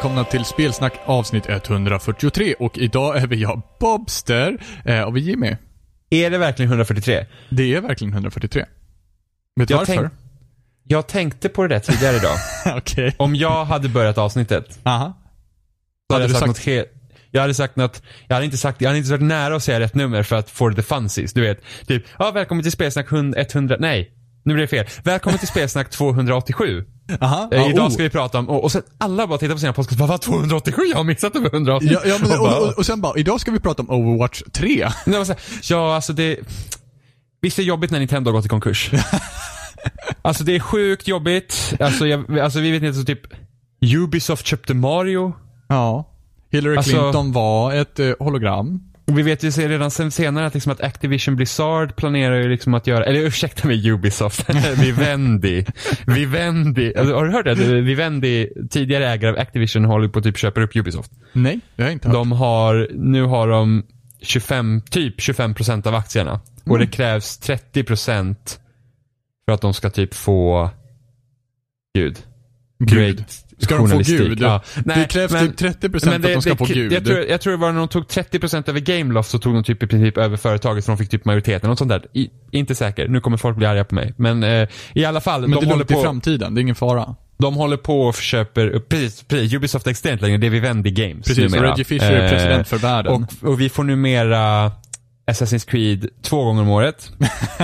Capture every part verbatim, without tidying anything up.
välkomna till Spelsnack avsnitt etthundrafyrtiotre. Och idag är vi jag, Bobster, eh, och vi Jimmy. Är det verkligen hundrafyrtiotre? Det är verkligen hundrafyrtiotre. Vet du varför? Tänk, jag tänkte på det där tidigare idag. Okay. Om jag hade börjat avsnittet. Aha. Så hade hade jag sagt, sagt... något he- Jag hade sagt något. Jag hade inte sagt, jag hade inte varit nära att säga rätt nummer för att få the funsies. Du vet, typ, ja, välkommen till Spelsnack hundra. Nej, nu blir det fel. Välkommen till Spelsnack tvåhundraåttiosju. Aha. Eh, Ah, idag oh. ska vi prata om, och, och sen alla bara tittar på sina podcast. Vad var tvåhundraåttiosju? Jag har missat över hundra avsnitt. Ja, ja, men, och, bara, och, och, och sen bara, idag ska vi prata om Overwatch tre. Nej, så här, ja, alltså det... Visst är det jobbigt när Nintendo har gått i konkurs. Alltså det är sjukt jobbigt. Alltså, jag, alltså vi vet inte, så typ Ubisoft köpte Mario. Ja. Hillary Alltså, Clinton var ett uh, hologram. Och vi vet ju redan sen senare att, liksom att Activision Blizzard planerar ju liksom att göra, eller ursäkta mig, Ubisoft. Vivendi. Vivendi. Alltså, har du hört det? Vivendi, tidigare ägare av Activision, håller på att typ köper upp Ubisoft. Nej, det har jag inte hört. De har, nu har de tjugofem, typ tjugofem procent av aktierna. Och Mm. det krävs trettio procent för att de ska typ få Gud. Gud. Ska de få Gud? Ja. Nej, det krävs men, typ trettio procent men det, för att de ska det, få Gud. Jag tror, jag tror det var när de tog trettio procent över Gameloft, så tog de typ i princip över företaget, så de fick typ majoriteten. Något sånt där. I, inte säker. Nu kommer folk bli arga på mig. Men eh, i alla fall. Men de det är håller lugnt på, i framtiden. Det är ingen fara. De håller på och köper precis, precis, Ubisoft är extremt längre. Det är Vivendi Games. Precis, och Reggie Fisher är president för världen. Och, och vi får numera Assassin's Creed två gånger om året.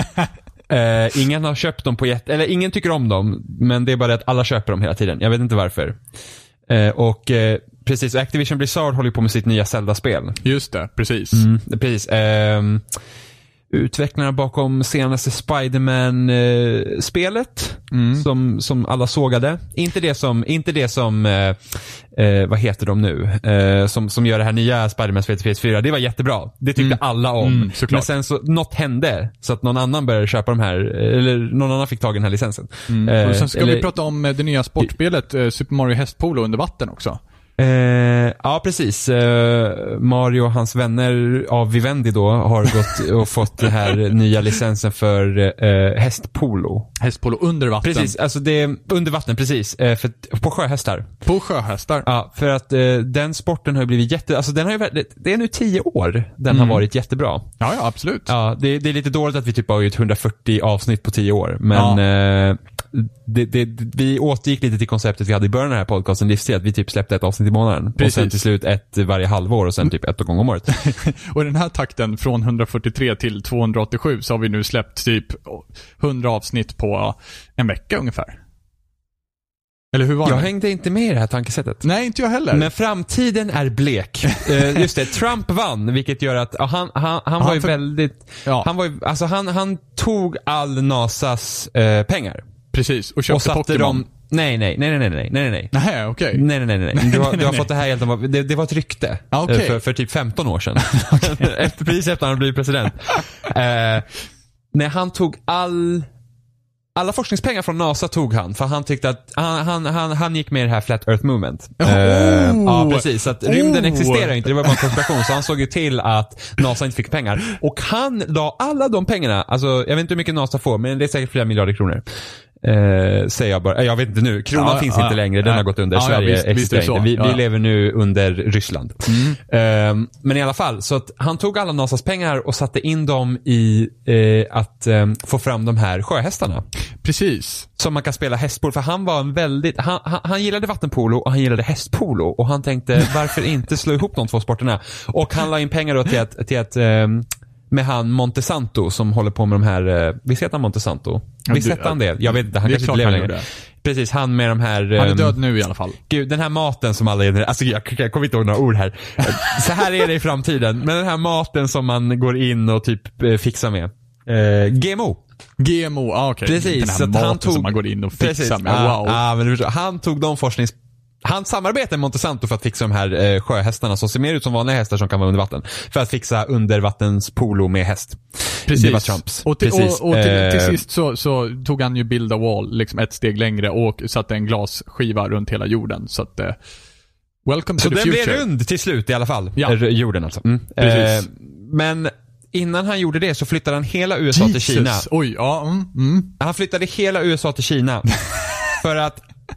Uh, ingen har köpt dem på jätte... Eller ingen tycker om dem. Men det är bara det att alla köper dem hela tiden. Jag vet inte varför. Uh, och uh, precis, Activision Blizzard håller på med sitt nya Zelda-spel. Just det, precis. Mm, precis. Uh, utvecklarna bakom senaste Spider-Man-spelet. Uh, mm. som, som alla sågade. Inte det som... Inte det som uh, uh, vad heter de nu? Uh, som, som gör det här nya Spider-Man-spelet P S fyra. Det var jättebra. Det tyckte mm. alla om. Mm, men sen så, något hände. Så att någon annan började köpa de här. Eller någon annan fick tag i den här licensen. Mm. Uh, och sen ska eller, vi prata om det nya sportspelet uh, Super Mario Hästpolo under vatten också. Uh, ja, precis. Uh, Mario och hans vänner av Vivendi då har gått och fått den här nya licensen för uh, hästpolo. Hästpolo under vatten. Precis, alltså det är under vatten, precis. Uh, för, på sjöhästar. På sjöhästar. Ja, för att uh, den sporten har ju blivit jätte... Alltså den har ju varit, det är nu tio år den mm. har varit jättebra. Ja, ja, absolut. Ja, det, det är lite dåligt att vi typ har gjort hundrafyrtio avsnitt på tio år. Men ja. uh, det, det, vi återgick lite till konceptet vi hade i början av den här podcasten, livstid, att vi typ släppte ett avsnitt i månaden. Precis. Och sen till slut ett varje halvår och sen typ ett gång om året. Och i den här takten från hundrafyrtiotre till tvåhundraåttiosju så har vi nu släppt typ hundra avsnitt på en vecka ungefär. Eller hur var det? Jag hängde inte med i det här tankesättet. Nej, inte jag heller. Men framtiden är blek. uh, just det, Trump vann, vilket gör att uh, han, han, han var ju för... väldigt... Ja. Han var ju, alltså han, han tog all NASAs uh, pengar. Precis, och köpte och satte Pokémon. Dem... Nej, nej, nej, nej, nej, nej, nej. Nej, okej. Okay. Nej, nej, nej, nej. Du har, du har fått det här helt om, det, det var ett rykte. Ah, okay. för, för typ femton år sedan. efter, precis efter han blev president. Uh, när han tog all... Alla forskningspengar från NASA tog han, för han tyckte att han, han, han, han gick med i det här Flat Earth Movement. Oh. Uh, ja, precis. Så att rymden oh. existerar inte, det var bara en konspiration. Så han såg ju till att NASA inte fick pengar. Och han la alla de pengarna, alltså jag vet inte hur mycket NASA får, men det är säkert flera miljarder kronor. Uh, säger jag bara. Jag vet inte nu. Kronan ja, finns ja, inte längre. Den ja, har gått under. Ja, Sverige ja, visst, existerar visst inte. Vi, ja, ja. vi lever nu under Ryssland. Mm. Uh, men i alla fall. Så att han tog alla NASAs pengar och satte in dem i uh, att um, få fram de här sjöhästarna. Precis. Som man kan spela hästpolo. För han var en väldigt... Han, han, han gillade vattenpolo och han gillade hästpolo. Och han tänkte, varför inte slå ihop de två sporterna? Och han la in pengar då till att... Till att um, med han Montesanto som håller på med de här... Uh, visst heter han Montesanto? Visst hette han det? Jag vet inte, han kanske inte lever längre. Precis, han med de här... Um, han är död nu i alla fall. Gud, den här maten som alla genererar... Alltså jag, jag kommer inte ihåg några ord här. Så här är det i framtiden. Men den här maten som man går in och typ uh, fixar med. Uh, G M O. G M O, ah, okej. Okay. Precis. Den här så maten han tog, som man går in och fixar precis, med. Wow. Ah, ah, men du, han tog de forsknings... Han samarbetar med Montesanto för att fixa de här eh, sjöhästarna som ser mer ut som vanliga hästar som kan vara under vatten. För att fixa undervattens polo med häst. Precis. Det var Trumps. Och till, Precis. Och, och till, till sist så, så tog han ju Build a Wall liksom ett steg längre och satte en glasskiva runt hela jorden. Så att, eh, welcome så to the den future. blev rund till slut i alla fall. Ja. Jorden alltså. Mm. Precis. Eh, men innan han gjorde det så flyttade han hela U S A Jesus. till Kina. Oj, ja. Mm, mm. Han flyttade hela U S A till Kina. För att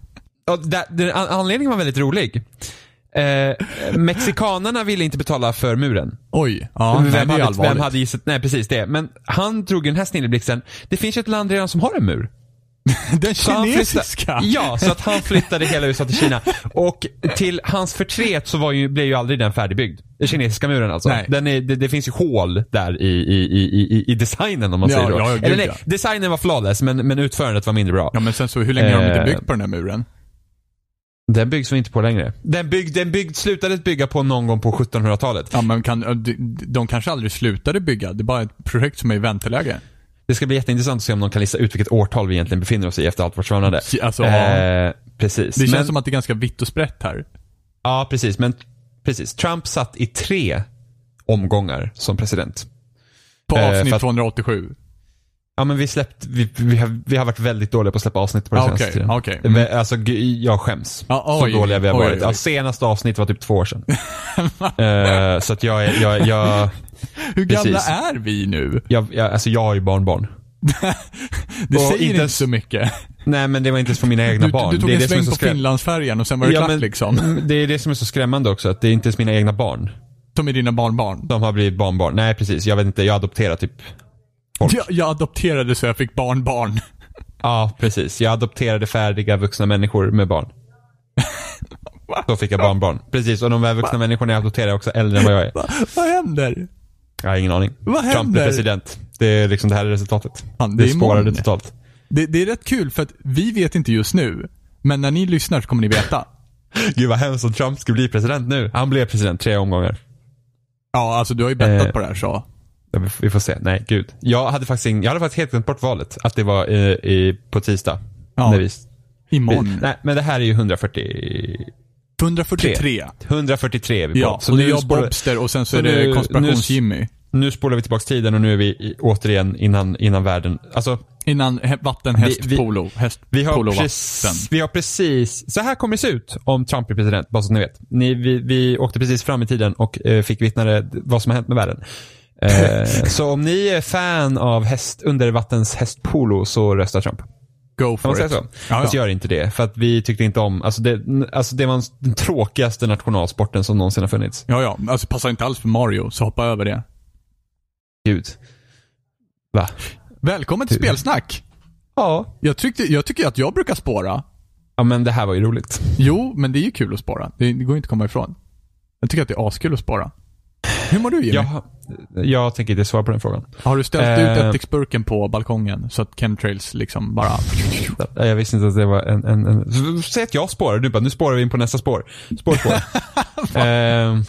Ja, där, den, anledningen var väldigt rolig. Eh, mexikanerna ville inte betala för muren. Oj, ja, vem, nej, det är hade, vem hade gissat? Nej, precis det. Men han drog en häst in i blixten. Det finns ju ett land redan som har en mur. Den kinesiska? Flyttade, ja, så att han flyttade hela U S A till Kina. Och till hans förtret så var ju, blev ju aldrig den färdigbyggd. Den kinesiska muren alltså. Den är, det, det finns ju hål där i, i, i, i designen om man ja, säger så. Ja, gud, Eller nej, ja. designen var flawless men, men utförandet var mindre bra. Ja, men sen så hur länge eh, har de inte byggt på den här muren? Den byggs vi inte på längre. Den, bygg, den bygg, slutade bygga på någon gång på sjuttonhundratalet. Ja, men kan, de, de kanske aldrig slutade bygga. Det är bara ett projekt som är i vänteläge. Det ska bli jätteintressant att se om de kan lista ut vilket årtal vi egentligen befinner oss i efter allt vårt svärnande. Alltså, eh, precis. Det känns men, som att det är ganska vitt och sprätt här. Ja, precis. Men precis. Trump satt i tre omgångar som president. På avsnitt eh, att, tvåhundraåttiosju. Ja, men vi släppt vi, vi, har, vi har varit väldigt dåliga på att släppa avsnitt på det ah, senaste okay, tiden. Okay. Mm. Alltså, jag skäms. Ah, så oj, dåliga vi har oj, varit. oj, oj. Ja, senaste avsnitt var typ två år sedan. uh, så att jag är... Jag, jag, Hur gamla precis. är vi nu? Jag, jag, alltså jag har ju barnbarn. det och säger inte så mycket. Nej, men det var inte ens för mina egna du, barn. Du tog det är en det sväng som är på skräm... Finlandsfärjan och sen var det ja, klart men, liksom. Det är det som är så skrämmande också, att det är inte ens mina egna barn. De är dina barnbarn. De har blivit barnbarn. Nej, precis. Jag vet inte, jag adopterar typ folk. Jag, jag adopterade så jag fick barnbarn. Ja, precis. Jag adopterade färdiga vuxna människor med barn. Då fick jag barnbarn. Precis, och de här vuxna Va? människorna jag adopterar också äldre än vad jag är. Va? Vad händer? Jag har ingen aning. Vad Trump händer? är president. Det är liksom det här är resultatet. Han, det det är spårade totalt. Det, det är rätt kul för att vi vet inte just nu. Men när ni lyssnar så kommer ni veta. Gud vad hemskt om Trump ska bli president nu. Han blev president tre omgångar. Ja, alltså du har ju bettat eh, på det här så. Vi får se. Nej, gud. Jag hade faktiskt, ing, jag hade faktiskt helt glömt bort valet. Att det var i, i, på tisdag. Ja, vi, imorgon. Vi, nej, men det här är ju hundrafyrtio... hundrafyrtiotre. hundrafyrtiotre är vi på. Ja, så och det är jag Bobster och sen så, så är det konspirations-Jimmy. Nu spolar vi tillbaks tiden och nu är vi i, återigen innan, innan världen. Alltså, innan vatten, häst, vi, polo. Häst, vi, har polo, precis, vi har precis... Så här kommer det se ut om Trump blir president, bara så att ni vet. Ni, vi, vi åkte precis fram i tiden och eh, fick vittna det, vad som har hänt med världen. Eh, så om ni är fan av häst, undervattens hästpolo så röstar Trump. Go for man it. Så? Ja, Fast ja. gör inte det. För att vi tyckte inte om... Alltså det, alltså det var den tråkigaste nationalsporten som någonsin har funnits. Ja, ja. Alltså passar inte alls för Mario, så hoppa över det. Gud. Va? Välkommen till Spelsnack. Ja. Jag, tyckte, jag tycker att jag brukar spåra. Ja, men det här var ju roligt. Jo, men det är ju kul att spåra. Det, det går inte att komma ifrån. Jag tycker att det är askul att spåra. Hur mår du, Jimmy? Jag, jag tänker inte svara på den frågan. Har du ställt uh, ut ättiksburken på balkongen så att chemtrails liksom bara... Jag visste inte att det var en... en, en... Säg att jag spårar. Du bara, nu spårar vi in på nästa spår. Spårspår. uh,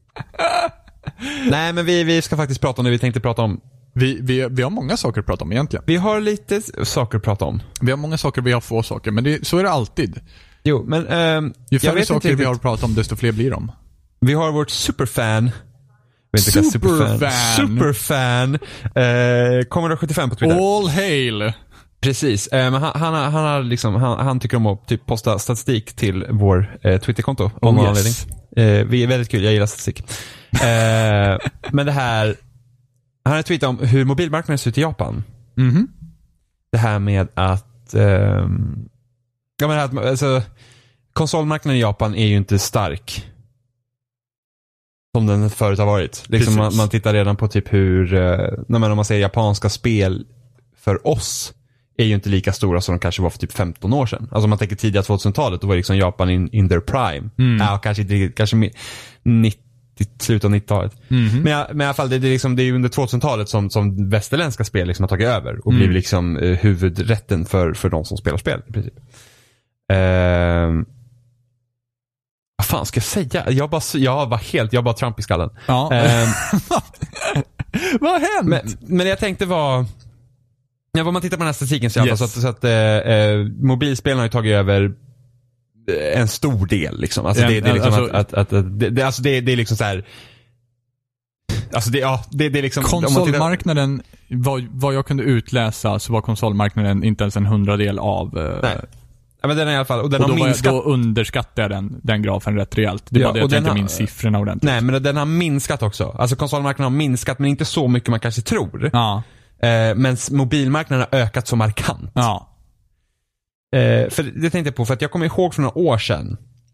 nej, men vi, vi ska faktiskt prata om det vi tänkte prata om. Vi, vi, vi har många saker att prata om egentligen. Vi har lite saker att prata om. Vi har många saker, vi har få saker. Men det, så är det alltid. Jo, men... Uh, Ju färre jag vet saker inte vi har att prata om, desto fler blir de. Vi har vårt superfan... Superfan. Superfan. Eh, Commodore sjuttiofem på Twitter. All hail. Precis. Eh, men han, han, han, har liksom, han, han tycker om att typ posta statistik till vår eh, Twitterkonto. Om oh, yes. eh, vi är väldigt kul. Jag gillar statistik. Eh, men det här... Han har tweetat om hur mobilmarknaden ser ut i Japan. Mm-hmm. Det här med att... Eh, ja, men att alltså, konsolmarknaden i Japan är ju inte stark. Som den förut har varit. Liksom man, man tittar redan på typ hur, eh, när man, om man säger japanska spel för oss är ju inte lika stora som de kanske var för typ femton år sedan. Alltså om man tänker tidiga tvåtusentalet, då var liksom Japan in, in their prime. Mm. Ja, kanske inte, kanske nittio, slutet av nittiotalet. Mm-hmm. Men, men i alla fall, det, det, är liksom, det är ju under tvåtusentalet som, som västerländska spel liksom har tagit över och mm. blivit liksom eh, huvudrätten för, för de som spelar spel i princip. Ehm... Vad fan ska jag säga? Jag bara, jag var helt, jag bara Trump i skallen. Ja. Um, vad har hänt? Men, men jag tänkte var, ja, om man tittar på den här statistiken så, yes. så att, så att eh, mobilspelen har ju tagit över en stor del liksom. Alltså det, det är liksom alltså, att, att, att det, det, alltså det, det är liksom så här. Alltså det, ja, det, det är liksom konsolmarknaden, vad, vad jag kunde utläsa så var konsolmarknaden inte ens en hundradel av eh, nej. Ja, men den är i alla fall, och den och har då, minskat. Då underskattade jag den, den grafen rätt rejält. Det är ja, bara det att jag inte har, minns siffrorna ordentligt. Nej, men den har minskat också. Alltså konsolmarknaden har minskat, men inte så mycket man kanske tror. Ja. Eh, men mobilmarknaden har ökat så markant. Ja. Eh, för det tänkte jag på, för att jag kommer ihåg från några år sedan.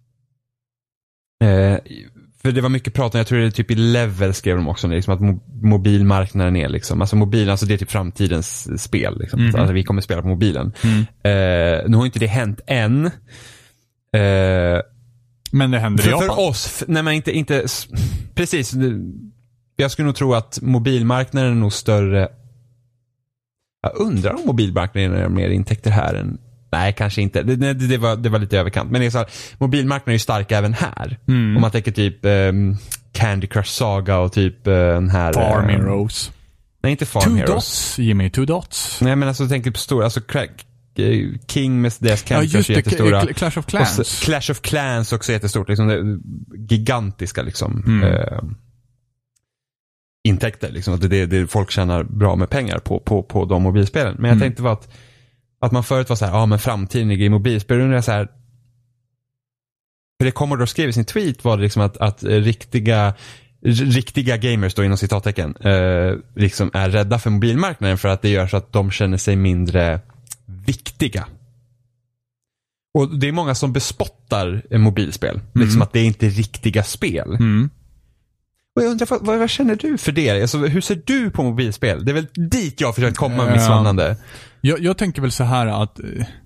Eh, för det var mycket prat om, jag tror det är typ i Level skrev de också, liksom, att mo- mobilmarknaden är liksom, alltså mobilen, alltså det är typ framtidens spel. Liksom. Mm. Alltså vi kommer spela på mobilen. Mm. Eh, nu har inte det hänt än. Eh, Men det händer för, i Japan. För oss, nej men inte, inte precis. Jag skulle nog tro att mobilmarknaden är nog större. Jag undrar om mobilmarknaden är mer intäkter här än... Nej, kanske inte. Det, det, det, var, det var lite överkant. Men det är så här, mobilmarknaden är ju stark även här. Mm. Om man tänker typ um, Candy Crush Saga och typ uh, den här... Farm um, Heroes. Nej, inte Farm Two Heroes. Dots, Jimmy. Two Dots. Nej, men alltså tänker på stora... Alltså, crack, King med deras Candy ja, Crush är jättestora. K- Clash of Clans. Och så, Clash of Clans också är jättestort. Liksom, det, gigantiska liksom. Mm. Uh, intäkter. Liksom, att det, det, det, folk tjänar bra med pengar på, på, på de mobilspelen. Men jag mm. tänkte var att Att man förut var så här, ja ah, men framtiden ligger i mobilspel. Nu är det så här, för det Commodore skrev i sin tweet var det liksom att, att riktiga, riktiga gamers då inom citattecken eh, liksom är rädda för mobilmarknaden för att det gör så att de känner sig mindre viktiga. Och det är många som bespottar mobilspel. Mm. Liksom att det är inte riktiga spel. Mm. Och jag undrar, vad, vad känner du för det? Alltså, hur ser du på mobilspel? Det är väl dit jag har försökt komma med mitt svannande. Jag, jag tänker väl så här att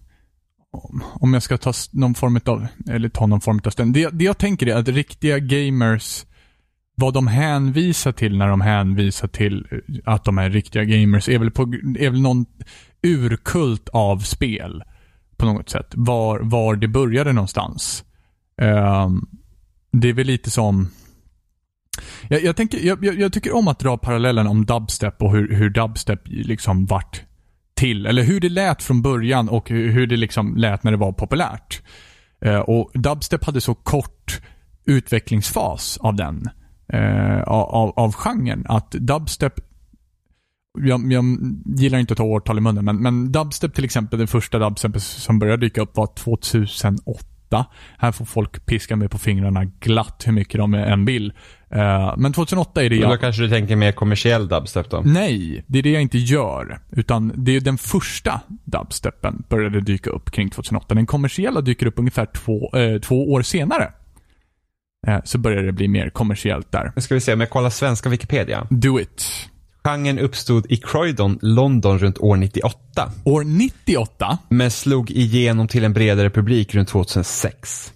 om jag ska ta någon form av, eller ta någon form av ställning. Det, det jag tänker är att riktiga gamers, vad de hänvisar till när de hänvisar till att de är riktiga gamers är väl, på, är väl någon urkult av spel på något sätt. Var, var det började någonstans. Um, det är väl lite som... Jag, jag, tänker, jag, jag tycker om att dra parallellen om dubstep och hur, hur dubstep liksom vart till. Eller hur det lät från början och hur, hur det liksom lät när det var populärt. Uh, och dubstep hade så kort utvecklingsfas av den. Uh, av, av genren. Att dubstep... Jag, jag gillar inte att ta årtal i munnen. Men, men dubstep till exempel, den första dubstep som började dyka upp var tjugohundraåtta. Här får folk piska med på fingrarna glatt hur mycket de än vill. Uh, men tjugohundraåtta är det jag... Då kanske du tänker mer kommersiell dubstep då? Nej, det är det jag inte gör. Utan det är den första dubstepen började dyka upp kring tjugohundraåtta. Den kommersiella dyker upp ungefär två, uh, två år senare. Uh, så börjar det bli mer kommersiellt där. Nu ska vi se om jag kollar svenska Wikipedia. Do it. Genren uppstod i Croydon, London runt år nittioåtta. År nittioåtta? Men slog igenom till en bredare publik runt tjugohundrasex.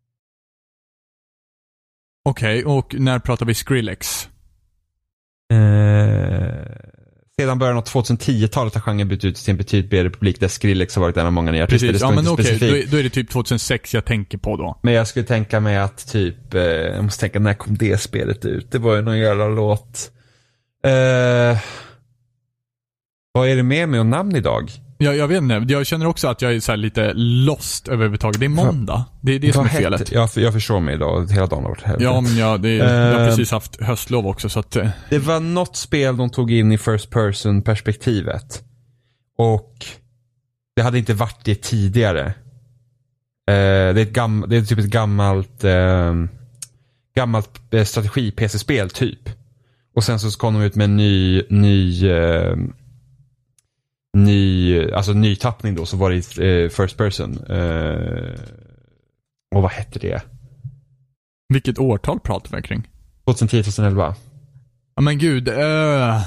Okej, okay, och när pratar vi Skrillex? Eh, sedan början av tjugohundratio-talet har genren bytt ut till en betydligt bredare publik där Skrillex har varit en av många nya artister. Precis, ja men okej, okay. då, då är det typ tjugohundrasex jag tänker på då. Men jag skulle tänka mig att typ, eh, jag måste tänka när kom det spelet ut? Det var ju någon jävla låt... Uh, vad är det med mig och namn idag? Ja, jag vet inte. Jag känner också att jag är så här lite lost överhuvudtaget. Det är måndag. Det är det som är felet. Jag, jag förstår mig idag. Hela dagen har varit helvete. Ja, men jag, det, uh, jag har precis haft höstlov också. Så att, det var något spel de tog in i first person perspektivet. Och det hade inte varit det tidigare. Uh, det, är ett gam, det är typ ett gammalt uh, gammalt strategi-P C-spel typ. Och sen så kom de ut med en ny ny eh, ny alltså ny tappning då, så var det eh, first person. Eh, och vad hette det? Vilket årtal pratar vi kring? tjugohundratio tjugohundraelva. Ja men gud. Uh...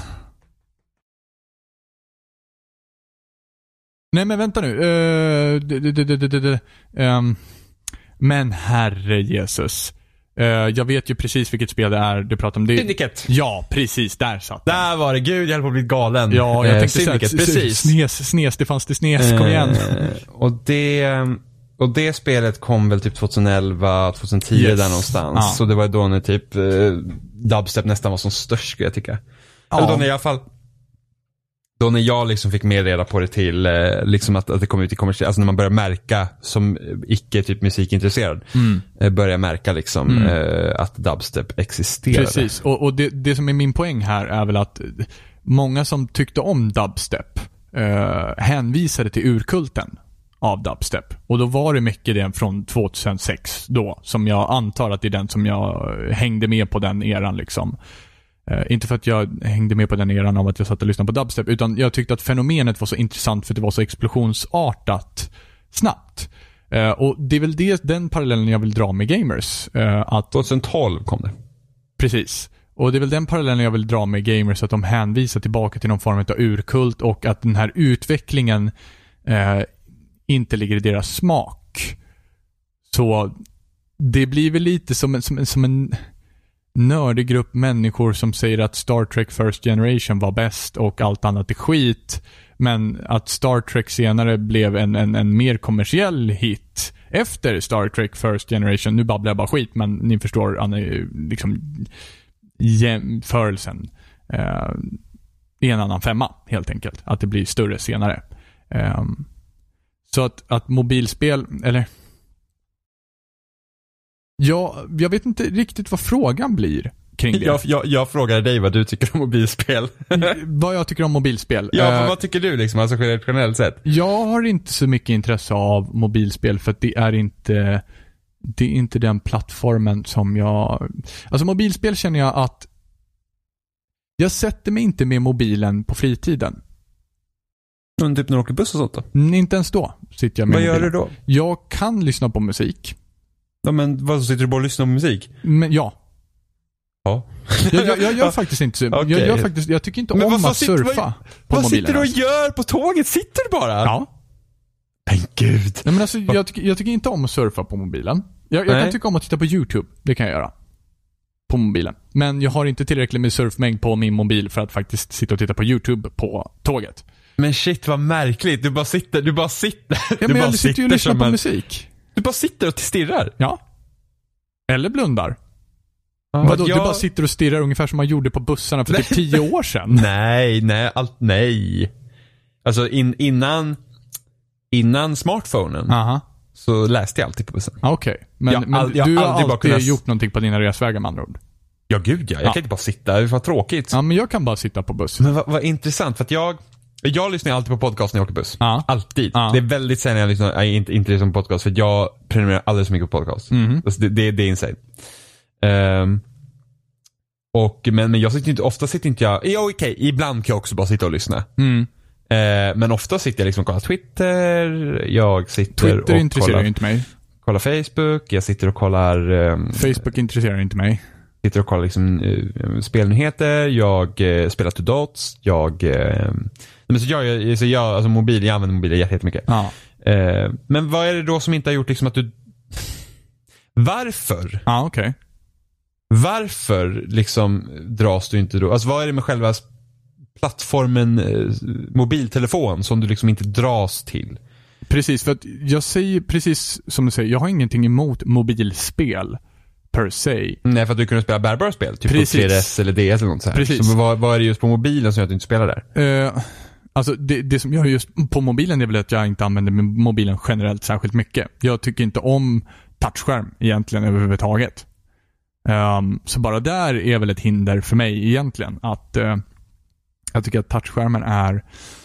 Nej men vänta nu. Uh, d- d- d- d- d- d- um... Men herre Jesus. Uh, jag vet ju precis vilket spel det är du pratar om. Det... Syndicate. Ja, precis. Där satt den. Där var det. Gud, jag höll på att bli galen. Ja, jag tänkte Syndicate, säga, precis. Snes, snes, det fanns det snes. Kom igen. Uh, och det... Och det spelet kom väl typ tjugohundraelva, tjugohundratio yes. där någonstans. Ah. Så det var då när typ uh, dubstep nästan var som störst, skulle jag tycka. Ah. Eller då när i alla fall... Då när jag liksom fick mer reda på det till eh, liksom att, att det kom ut i kommersiellt, alltså när man börjar märka som icke typ musikintresserad mm. eh, börjar märka liksom mm. eh, att dubstep existerar. Precis, och, och det, det som är min poäng här är väl att många som tyckte om dubstep eh, hänvisade till urkulten av dubstep. Och då var det mycket den från tjugohundrasex då, som jag antar att det är den som jag hängde med på den eran liksom. Uh, inte för att jag hängde med på den eran av att jag satt och lyssnade på dubstep, utan jag tyckte att fenomenet var så intressant för att det var så explosionsartat snabbt. Uh, och det är väl det, den parallellen jag vill dra med gamers. Uh, att, tjugohundratolv kom det. Precis. Och det är väl den parallellen jag vill dra med gamers, att de hänvisar tillbaka till någon form av urkult och att den här utvecklingen uh, inte ligger i deras smak. Så det blir väl lite som en, som, som en nördig grupp människor som säger att Star Trek First Generation var bäst och allt annat är skit. Men att Star Trek senare blev en, en, en mer kommersiell hit efter Star Trek First Generation. Nu babblar jag bara skit, men ni förstår liksom jämförelsen. Eh, i en annan femma helt enkelt. Att det blir större senare. Eh, så att, att mobilspel, eller... Ja, jag vet inte riktigt vad frågan blir kring det. Jag, jag, jag frågade dig vad du tycker om mobilspel. Vad jag tycker om mobilspel. Ja, uh, vad tycker du liksom, alltså generellt sett? Jag har inte så mycket intresse av mobilspel för att det är inte det är inte den plattformen som jag... Alltså mobilspel känner jag att jag sätter mig inte med mobilen på fritiden. Men typ när du åker buss och sånt då? Mm, inte ens då sitter jag med Vad mobilen. gör du då? Jag kan lyssna på musik. Ja, men vad, sitter du bara och lyssnar på musik? Men ja. Ja. Jag, jag, jag gör faktiskt inte så. Okay. Jag, gör faktiskt, jag tycker inte men om att sitter, surfa vad, på vad mobilen. Vad sitter du och gör på tåget? Sitter du bara? Ja. Men gud. Nej, men alltså, jag, tycker, jag tycker inte om att surfa på mobilen. Jag, jag kan tycka om att titta på YouTube. Det kan jag göra. På mobilen. Men jag har inte tillräckligt med surfmängd på min mobil för att faktiskt sitta och titta på YouTube på tåget. Men shit, vad märkligt. Du bara sitter, du bara sitter. Ja, du men bara jag sitter ju och lyssnar på en... musik. Du bara sitter och stirrar. Ja. Eller blundar. Ja, vadå, jag... du bara sitter och stirrar ungefär som man gjorde på bussarna för typ tio år sedan. Nej, nej, allt nej. Alltså in, innan innan smartphonen. Aha. Så läste jag alltid på bussen. Okej. Okay. Men, jag, men all, jag du har aldrig alltid kunnat... gjort någonting på dina resvägar med andra ord. Ja, gud ja. Jag ja. kan inte bara sitta. Det var tråkigt. Ja, men jag kan bara sitta på buss. Men vad, vad intressant. För att jag jag lyssnar alltid på podcast när jag åker buss. Ja. Alltid. Ja. Det är väldigt sällan jag lyssnar, jag inte, inte lyssnar på podcast. För jag prenumererar alldeles för mycket på podcast. Mm. Alltså det, det, det är insane. Um, och, men, men jag sitter inte, ofta sitter inte jag, ja okej, okay, ibland kan jag också bara sitta och lyssna. Mm. Uh, men ofta sitter jag liksom och kollar Twitter. Jag sitter Twitter och intresserar kollar, inte mig. Kollar Facebook. Jag sitter och kollar um, Facebook intresserar inte mig. Sitter och kollar liksom, uh, spelnyheter. Jag uh, spelar to dots. Jag uh, men så jag, så jag alltså mobil, jag använder mobiler jättemycket. Ja. Uh, men vad är det då som inte har gjort liksom att du varför? Ja, okej. Okay. Varför liksom dras du inte då? Alltså vad är det med själva plattformen eh, mobiltelefon som du liksom inte dras till? Precis, för att jag säger precis som du säger, jag har ingenting emot mobilspel per se. Nej, för att du kunde spela bärbara spel, typ precis. tre D S eller D S eller något så här. Precis. Så vad, vad är det just på mobilen som gör att du inte spelar där? Uh, alltså det, det som jag just på mobilen är väl att jag inte använder mobilen generellt särskilt mycket. Jag tycker inte om touchskärm egentligen överhuvudtaget. Um, så bara där är väl ett hinder för mig egentligen. Att uh, jag tycker att touchskärmen är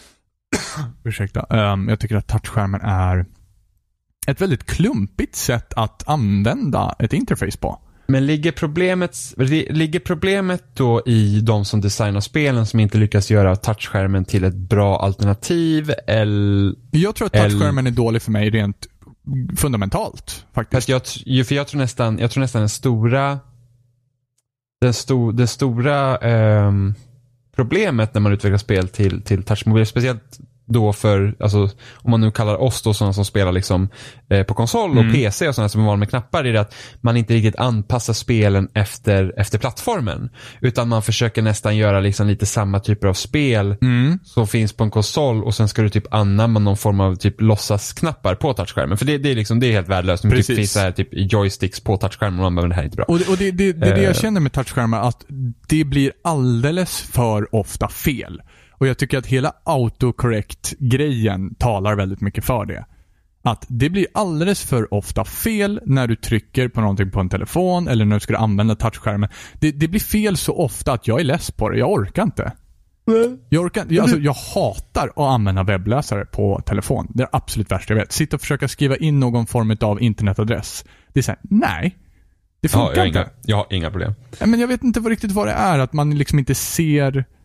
ursäkta, um, jag tycker att touchskärmen är ett väldigt klumpigt sätt att använda ett interface på. Men ligger problemet, ligger problemet då i de som designar spelen som inte lyckas göra touchskärmen till ett bra alternativ? Eller, jag tror att touchskärmen eller... är dålig för mig rent fundamentalt faktiskt. Jag, för jag tror nästan, jag tror nästan den stora den, sto, den stora eh, problemet när man utvecklar spel till, till touchmobil, speciellt då för, alltså, om man nu kallar oss då sådana som spelar liksom eh, på konsol och mm. P C och sådana som är van med knappar, är det att man inte riktigt anpassar spelen efter, efter plattformen, utan man försöker nästan göra liksom lite samma typer av spel mm. som finns på en konsol, och sen ska du typ anamma någon form av typ låtsasknappar på touchskärmen, för det, det är liksom, det är helt värdelöst. Det typ finns så här typ joysticks på touchskärmen och man bara, det här är inte bra. Och det, och det, det, det är det jag känner med touchskärmar, att det blir alldeles för ofta fel. Och jag tycker att hela autocorrect-grejen talar väldigt mycket för det. Att det blir alldeles för ofta fel när du trycker på någonting på en telefon eller när du ska använda touchskärmen. Det, det blir fel så ofta att jag är less på det. Jag orkar inte. Jag, orkar, jag, alltså, jag hatar att använda webbläsare på telefon. Det är absolut värsta jag vet. Sitta och försöka skriva in någon form av internetadress. Det är så här, nej. Det funkar ja, jag inte. Inga, jag har inga problem. Men jag vet inte vad riktigt vad det är. Att man liksom inte ser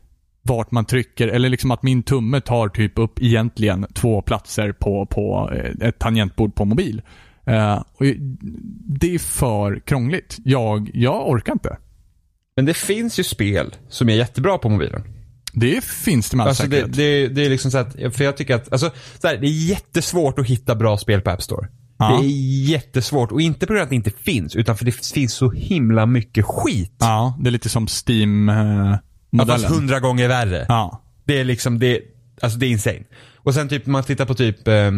vart man trycker, eller liksom att min tumme tar typ upp egentligen två platser på, på ett tangentbord på mobil. Uh, och det är för krångligt. Jag, jag orkar inte. Men det finns ju spel som är jättebra på mobilen. Det finns det med all alltså säkerhet. det, det, det är liksom så att, för jag tycker att alltså, så här, det är jättesvårt att hitta bra spel på App Store. Ja. Det är jättesvårt, och inte på grund av att det inte finns, utan för det finns så himla mycket skit. Ja, det är lite som Steam-modellen. Ja, fast hundra gånger värre. Ja. Det är liksom, det, alltså det är insane. Och sen typ, man tittar på typ eh,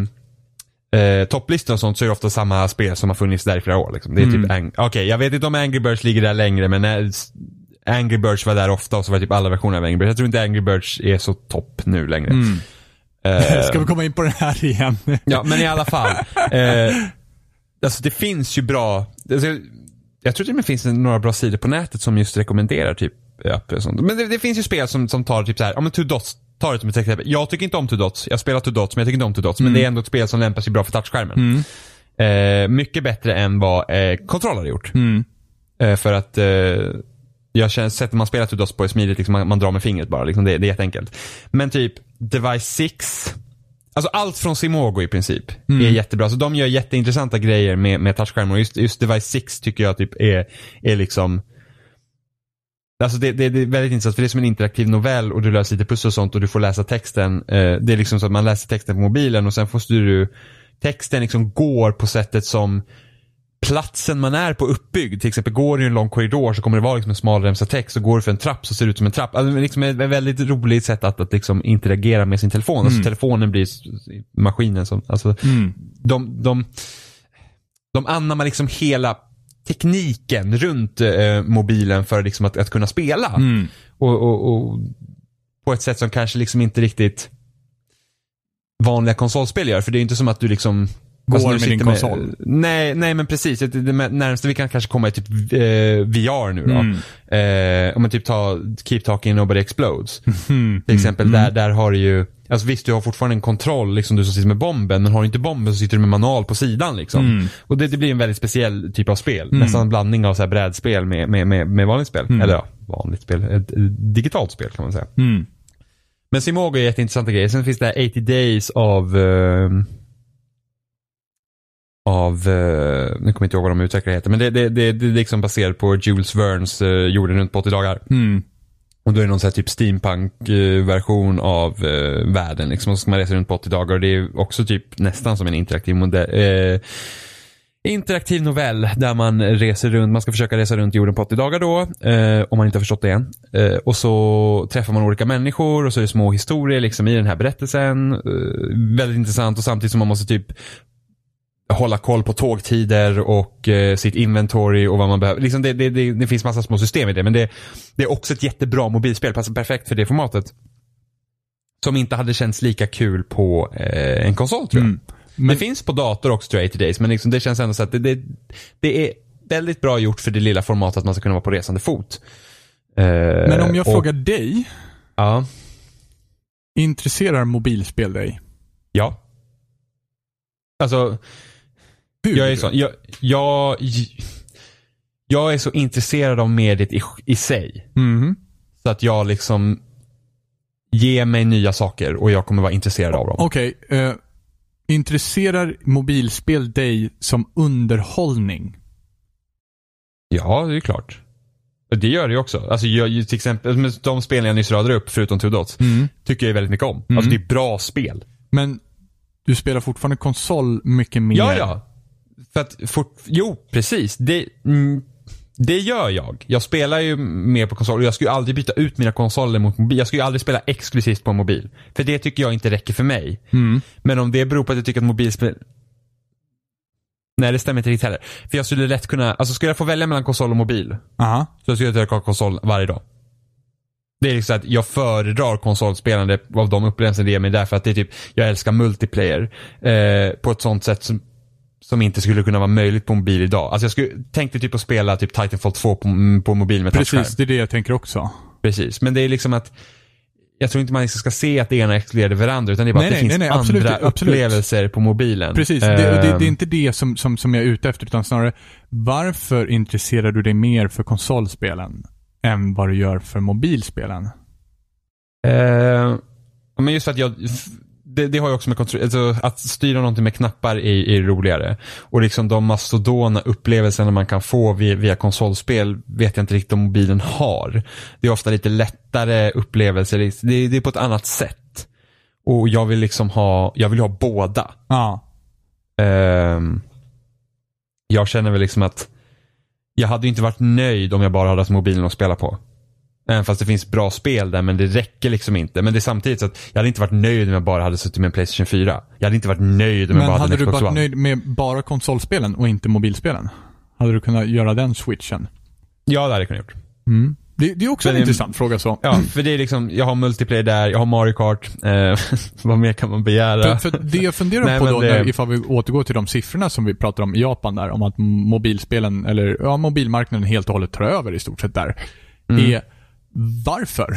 eh, topplistor och sånt, så är det ofta samma spel som har funnits där i flera år liksom. Det är mm. typ, ang- okej, okay, jag vet inte om Angry Birds ligger där längre, men när Angry Birds var där ofta, och så var typ alla versioner av Angry Birds. Jag tror inte Angry Birds är så topp nu längre. Mm. Uh, Ska vi komma in på det här igen? Ja, men i alla fall. Eh, alltså det finns ju bra, alltså, jag tror det finns några bra sidor på nätet som just rekommenderar typ app och sånt. Men det, det finns ju spel som, som tar typ så här, ja men Two Dots tar det som ett exempel. Jag tycker inte om Two Dots. Jag spelar Two Dots, men jag tycker inte om Two Dots. Mm. Men det är ändå ett spel som lämpar sig bra för touchskärmen. Mm. Eh, mycket bättre än vad eh, Control har gjort. Mm. Eh, för att eh, jag känner, sättet man spelar Two Dots på är smidigt, liksom, man, man drar med fingret bara. Liksom, det, det är jätteenkelt. Men typ Device sex, alltså allt från Simogo i princip mm. är jättebra. Så de gör jätteintressanta grejer med, med touchskärmen. Och just, just Device sex tycker jag typ är, är liksom, alltså det, det, det är väldigt intressant, för det är som en interaktiv novell, och du löser lite pussel och sånt, och du får läsa texten. Eh, det är liksom så att man läser texten på mobilen, och sen får du, texten liksom går på sättet som platsen man är på uppbyggd. Till exempel går du i en lång korridor, så kommer det vara liksom en smal remsa text, och går du för en trapp så ser det ut som en trapp. Alltså det är liksom ett väldigt roligt sätt att, att liksom interagera med sin telefon. Mm. Alltså telefonen blir maskinen som, alltså mm. de, de de anammar liksom hela tekniken runt eh, mobilen för liksom att, att kunna spela. Mm. Och, och, och på ett sätt som kanske liksom inte riktigt vanliga konsolspel gör. För det är inte som att du liksom går alltså, med din konsol. Med, nej, nej, men precis. Det, det närmaste vi kan kanske komma i typ eh, V R nu då. Mm. Eh, om man typ tar Keep Talking Nobody Explodes. Mm. Till exempel, mm. där, där har du ju, alltså visst, du har fortfarande en kontroll liksom, du som sitter med bomben, men har du inte bomben så sitter du med manual på sidan liksom. Mm. Och det, det blir en väldigt speciell typ av spel. Mm. Nästan en blandning av så här brädspel med, med, med, med vanligt spel. Mm. Eller ja, vanligt spel. Ett, ett digitalt spel kan man säga. Mm. Men Simogo är jätteintressanta grejer. Sen finns det här åttio days av uh, av uh, nu kommer jag inte ihåg vad de utvecklare heter, men det, det, det, det är liksom baserat på Jules Vernes uh, jorden runt på åttio dagar. Mm. Och då är det någon sån här typ steampunk-version av uh, världen liksom, och så ska man resa runt på åttio dagar, och det är också typ nästan som en interaktiv modell, uh, interaktiv novell där man reser runt, man ska försöka resa runt jorden på åttio dagar då, eh, om man inte har förstått det än. Eh, och så träffar man olika människor, och så är det små historier liksom i den här berättelsen. Eh, väldigt intressant, och samtidigt som man måste typ hålla koll på tågtider och eh, sitt inventory och vad man behöver. Liksom det, det, det, det finns massa små system i det, men det, det är också ett jättebra mobilspel, passar perfekt för det formatet. Som inte hade känts lika kul på eh, en konsol, tror jag. Mm. Men det finns på dator också, tror jag, åttio days, men liksom det känns ändå så att det, det, det är väldigt bra gjort för det lilla formatet att man ska kunna vara på resande fot. Uh, men om jag och, frågar dig, ja. Intresserar mobilspel dig? Ja. Alltså, hur? Jag är så, jag, jag, jag är så intresserad av mediet i, i sig. Mm. Så att jag liksom ger mig nya saker och jag kommer vara intresserad av dem. Okej, okay, uh... intresserar mobilspel dig som underhållning? Ja, det är klart. Det gör det ju också. Alltså jag, till exempel de spel jag nyss radade upp, förutom Two Dots, mm. tycker jag väldigt mycket om. Mm. Alltså det är bra spel. Men du spelar fortfarande konsol mycket mer? Ja, ja. För att, fort, jo, precis. Det, mm, det gör jag. Jag spelar ju mer på konsol, och jag skulle ju aldrig byta ut mina konsoler mot mobil. Jag skulle ju aldrig spela exklusivt på mobil. För det tycker jag inte räcker för mig. Mm. Men om det beror på att jag tycker att mobilspel... Nej, det stämmer inte riktigt heller. För jag skulle lätt kunna... Alltså skulle jag få välja mellan konsol och mobil, uh-huh. så skulle jag ta konsol varje dag. Det är liksom att jag föredrar konsolspelande av de upplevelser det ger mig, därför att det är typ... Jag älskar multiplayer eh, på ett sånt sätt som... som inte skulle kunna vara möjligt på mobil idag. Alltså jag skulle tänkte typ att spela typ Titanfall två på, på mobil med touchskärm. Precis, det är det jag tänker också. Precis, men det är liksom att jag tror inte man ska se att det ena exkluderar varandra, utan det är bara nej, att det nej, finns nej, nej, andra absolut, upplevelser absolut. På mobilen. Precis, det, det, det är inte det som, som, som jag är ute efter, utan snarare varför intresserar du dig mer för konsolspelen än vad du gör för mobilspelen? Eh, men just för att jag det, det har ju också med kontroll, alltså, att styra någonting med knappar är, är roligare. Och liksom de mastodona upplevelserna man kan få via, via konsolspel vet jag inte riktigt om mobilen har. Det är ofta lite lättare upplevelser. Det, det är på ett annat sätt. Och jag vill liksom ha, jag vill ha båda. Ja. Eh, jag känner väl liksom att jag hade inte varit nöjd om jag bara hade haft mobilen att spela på. Även fast det finns bra spel där, men det räcker liksom inte. Men det är samtidigt så att jag hade inte varit nöjd om jag bara hade suttit med en PlayStation fyra. Jag hade inte varit nöjd om men jag bara hade en Xbox One. Men hade du varit nöjd med bara konsolspelen och inte mobilspelen? Hade du kunnat göra den switchen? Ja, det hade jag kunnat gjort. Mm. Det, det är också men en det, intressant fråga så. Ja, för det är liksom, jag har multiplayer där, jag har Mario Kart. Eh, vad mer kan man begära? För, för det jag funderar Nej, på då, det... när, ifall vi återgår till de siffrorna som vi pratar om i Japan där, om att mobilspelen, eller ja, mobilmarknaden helt och hållet tar över i stort sett där. Mm. Är varför?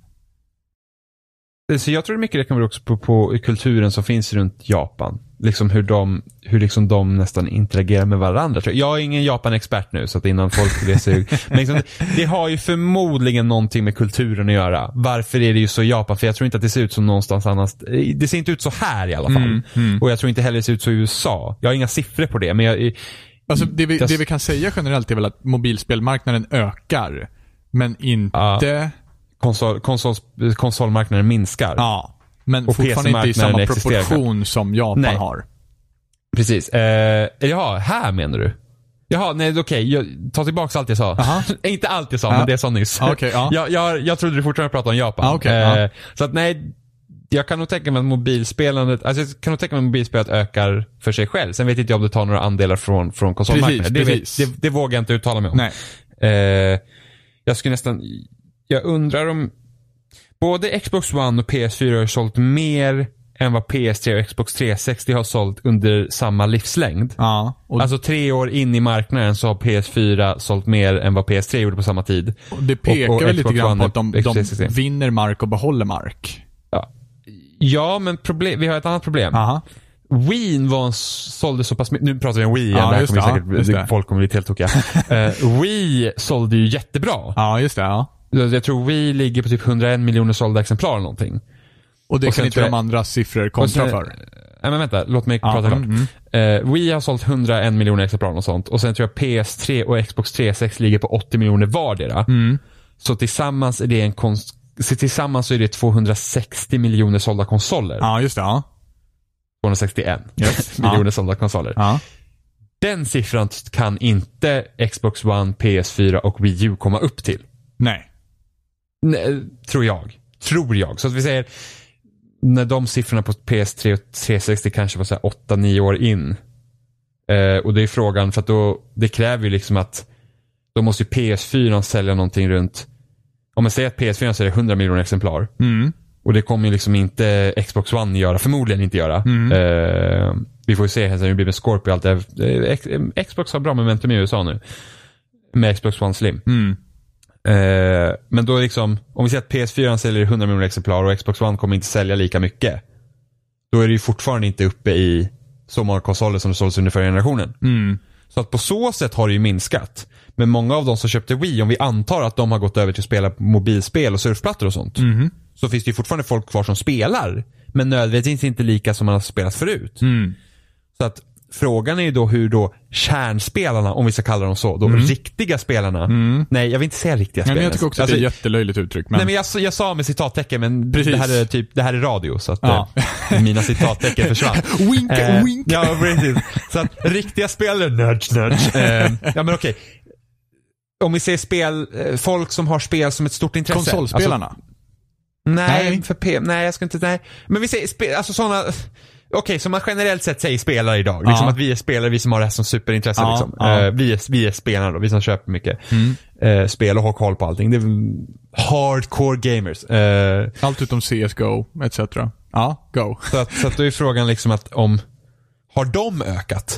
Så jag tror mycket det kan vara också på, på kulturen som finns runt Japan. Liksom hur de, hur liksom de nästan interagerar med varandra. Jag är ingen Japan-expert nu så att innan folk blir sug. Men liksom, det, det har ju förmodligen någonting med kulturen att göra. Varför är det ju så i Japan? För jag tror inte att det ser ut som någonstans annars. Det ser inte ut så här i alla fall. Mm, mm. Och jag tror inte heller det ser ut så i U S A. Jag har inga siffror på det. Men jag, alltså, det, vi, det vi kan säga generellt är väl att mobilspelmarknaden ökar. Men inte... Ja. Konsol, konsol, konsolmarknaden minskar. Ja, men och fortfarande inte i samma proportion som Japan nej. har. Precis. Eh, jaha, här menar du? Jaha, nej okej. Okay. Ta tillbaka allt jag sa. Inte allt jag sa, ja. men det jag sa nyss. Okay, ja. jag, jag, jag trodde du fortfarande pratade om Japan. Ah, okay, eh, ja. Så att nej, jag kan nog tänka mig att mobilspelandet, alltså jag kan nog tänka mig att mobilspelet ökar för sig själv. Sen vet inte jag om det tar några andelar från, från konsolmarknaden. Det, vet, det, det vågar jag inte uttala mig om. Nej. Eh, jag skulle nästan... Jag undrar om både Xbox One och P S fyra har sålt mer än vad P S tre och Xbox trehundrasextio har sålt under samma livslängd. Ja, och alltså tre år in i marknaden så har P S fyra sålt mer än vad P S tre gjorde på samma tid. Och det pekar och, och väl lite grann på att de, de vinner mark och behåller mark. Ja, ja men problem, vi har ett annat problem. Aha. Wii var sålde så pass mycket. Nu pratar vi om Wii igen. Ja, där just kommer det, säkert, ja, folk kommer bli helt tokiga. uh, Wii sålde ju jättebra. Ja, just det. Ja. Jag tror Wii ligger på typ hundraen miljoner sålda exemplar eller någonting. Och det och kan inte jag, de andra siffror kontra för. Nej men vänta, låt mig ja, prata klart. Mm, mm. Uh, Wii har sålt hundraen miljoner exemplar och sånt. Och sen tror jag P S tre och Xbox trehundrasextio ligger på åttio miljoner vardera. Mm. Så tillsammans är det en konst... Så tillsammans så är det tvåhundrasextio miljoner sålda konsoler. Ja, just det. Ja. tvåhundrasextioen yes. miljoner ja. sålda konsoler. Ja. Den siffran kan inte Xbox One, P S fyra och Wii U komma upp till. Nej. Nej, tror jag. Tror jag. Så att vi säger när de siffrorna på P S tre och trehundrasextio kanske var så här åtta nio år in. Eh, och det är frågan för att då det kräver ju liksom att då måste ju P S fyra sälja någonting runt, om man säger att P S fyra säljer hundra miljoner exemplar. Mm. Och det kommer ju liksom inte Xbox One göra, förmodligen inte göra. Mm. Eh, vi får ju se hur det blir med Scorpio och allt det. Eh, Xbox har bra momentum i U S A nu. Med Xbox One Slim. Mm. Eh, men då liksom, om vi säger att P S fyra säljer hundra miljoner exemplar och Xbox One kommer inte sälja lika mycket. Då är det ju fortfarande inte uppe i så många konsoler som det såldes under förra generationen. Mm. Så att på så sätt har det ju minskat. Men många av de som köpte Wii, om vi antar att de har gått över till att spela mobilspel och surfplattor och sånt. Mm. Så finns det ju fortfarande folk kvar som spelar. Men nödvändigtvis inte lika som man har spelat förut. Mm. Så att frågan är ju då hur då kärnspelarna, om vi ska kalla dem så, då mm. riktiga spelarna. Mm. Nej, jag vill inte säga riktiga spelare. Men jag tycker också alltså, att det är ett jättelöjligt uttryck. Men... Nej, men jag, jag sa med citattecken, men det här är typ, det här är radio, så att ja. eh, mina citattecken försvann. Wink, eh, wink. Ja, precis. Så att riktiga spelare, nudge, nudge. Eh, ja, men okej. Om vi ser spel, folk som har spel som ett stort intresse. Konsolspelarna? Alltså, nej, nej, för P, nej, jag ska inte, nej. Men vi säger, spe, alltså sådana, okej, okay, som man generellt sett säger spelare idag. Liksom ja. Att vi är spelare, vi som har det här som superintresse. Ja, liksom. ja. Uh, vi, är, vi är spelare då, vi som köper mycket mm. uh, spel och har koll på allting. Det är hardcore gamers. Uh, Allt utom C S G O, et cetera. Ja, go. Så att, så att då är frågan liksom att om, har de ökat?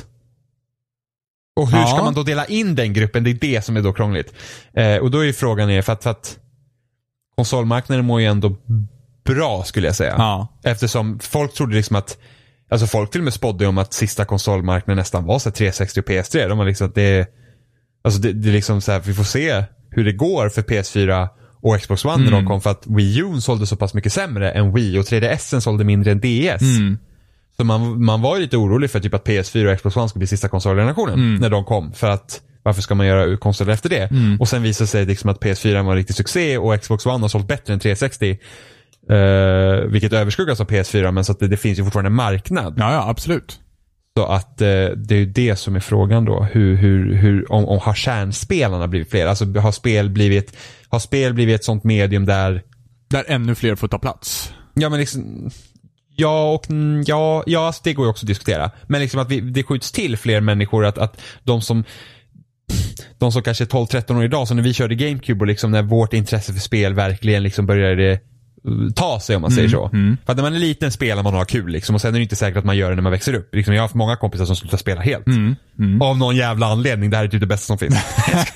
Och hur ja. ska man då dela in den gruppen? Det är det som är då krångligt. Uh, och då är frågan är för att, för att konsolmarknaden mår ju ändå bra, skulle jag säga. Ja. Eftersom folk trodde liksom att, alltså folk till och med spådde om att sista konsolmarknaden nästan var så trehundrasextio och P S tre. De var liksom att det, alltså det, det är liksom så här, vi får se hur det går för P S fyra och Xbox One mm. när de kom, för att Wii U sålde så pass mycket sämre än Wii och tre D S sålde mindre än D S. Mm. Så man, man var ju lite orolig för typ att P S fyra och Xbox One skulle bli sista konsolgenerationen mm. när de kom, för att varför ska man göra konsoler efter det? Mm. Och sen visade sig liksom att P S fyra var en riktig succé och Xbox One har sålt bättre än tre sextio. Uh, vilket överskuggas av P S fyra, men så att det, det finns ju fortfarande en marknad. Ja, ja, absolut. Så att uh, det är ju det som är frågan då. Hur, hur, hur, om, om har kärnspelarna blivit fler? Alltså har spel blivit, har spel blivit ett sånt medium där... Där ännu fler får ta plats. Ja, men liksom... Ja, och ja, ja alltså det går ju också att diskutera. Men liksom att vi, det skjuts till fler människor, att, att de som... De som kanske är tolv tretton år idag, så när vi körde GameCube och liksom när vårt intresse för spel verkligen liksom började ta sig, om man säger så. Mm. För att när man är liten spelar man och har kul liksom, och sen är det inte säkert att man gör det när man växer upp. Liksom, jag har haft många kompisar som slutar spela helt. Mm. Mm. Av någon jävla anledning. Det här är typ det bästa som finns.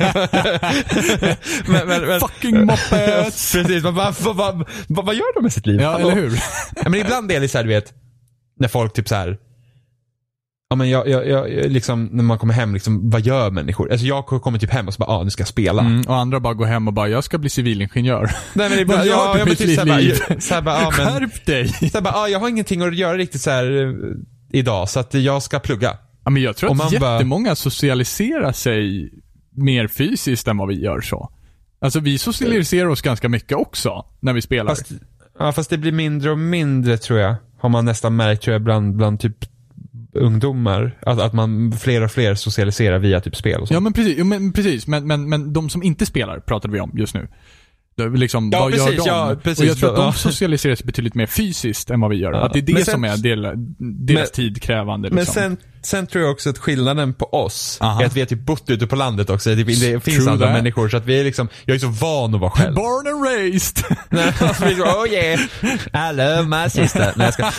men, men, men, Fucking moppets! Precis, vad, vad, vad, vad, vad, vad gör de med sitt liv? Ja, eller hur? Men ibland är det så här, du vet, när folk typ så här. Ja, men jag, jag, jag, liksom, när man kommer hem, liksom, vad gör människor? Alltså jag kommer typ hem och så bara, ah, nu ska jag spela. Mm, och andra bara går hem och bara, jag ska bli civilingenjör. Nej, men det bara, ja, jag typ så bara, så här bara, ah, men, skärp dig. Så här bara, ah, jag har ingenting att göra riktigt så här uh, idag, så att jag ska plugga. Ja, men jag tror och att jättemånga bara... socialiserar sig mer fysiskt än vad vi gör så. Alltså vi socialiserar oss ganska mycket också när vi spelar. Fast, ja, fast det blir mindre och mindre, tror jag. Har man nästan märkt, tror jag, bland, bland typ ungdomar, att, att man fler och fler socialiserar via typ spel och så. Ja, men precis, ja, men, precis. Men, men, men de som inte spelar pratade vi om just nu. Liksom, ja, vad precis, gör de? ja, precis. Och jag tror att de socialiserar sig betydligt mer fysiskt än vad vi gör. Ja. Att det är det sen, som är del, deras men, tidkrävande. Liksom. Men sen, sen tror jag också att skillnaden på oss Aha. är att vi har typ bott ute på landet också. Det, det finns True andra that. människor, så att vi är liksom, jag är så van att vara själv. Born and raised! Nej, alltså, vi så, oh yeah, I love my sister. Nej, jag ska...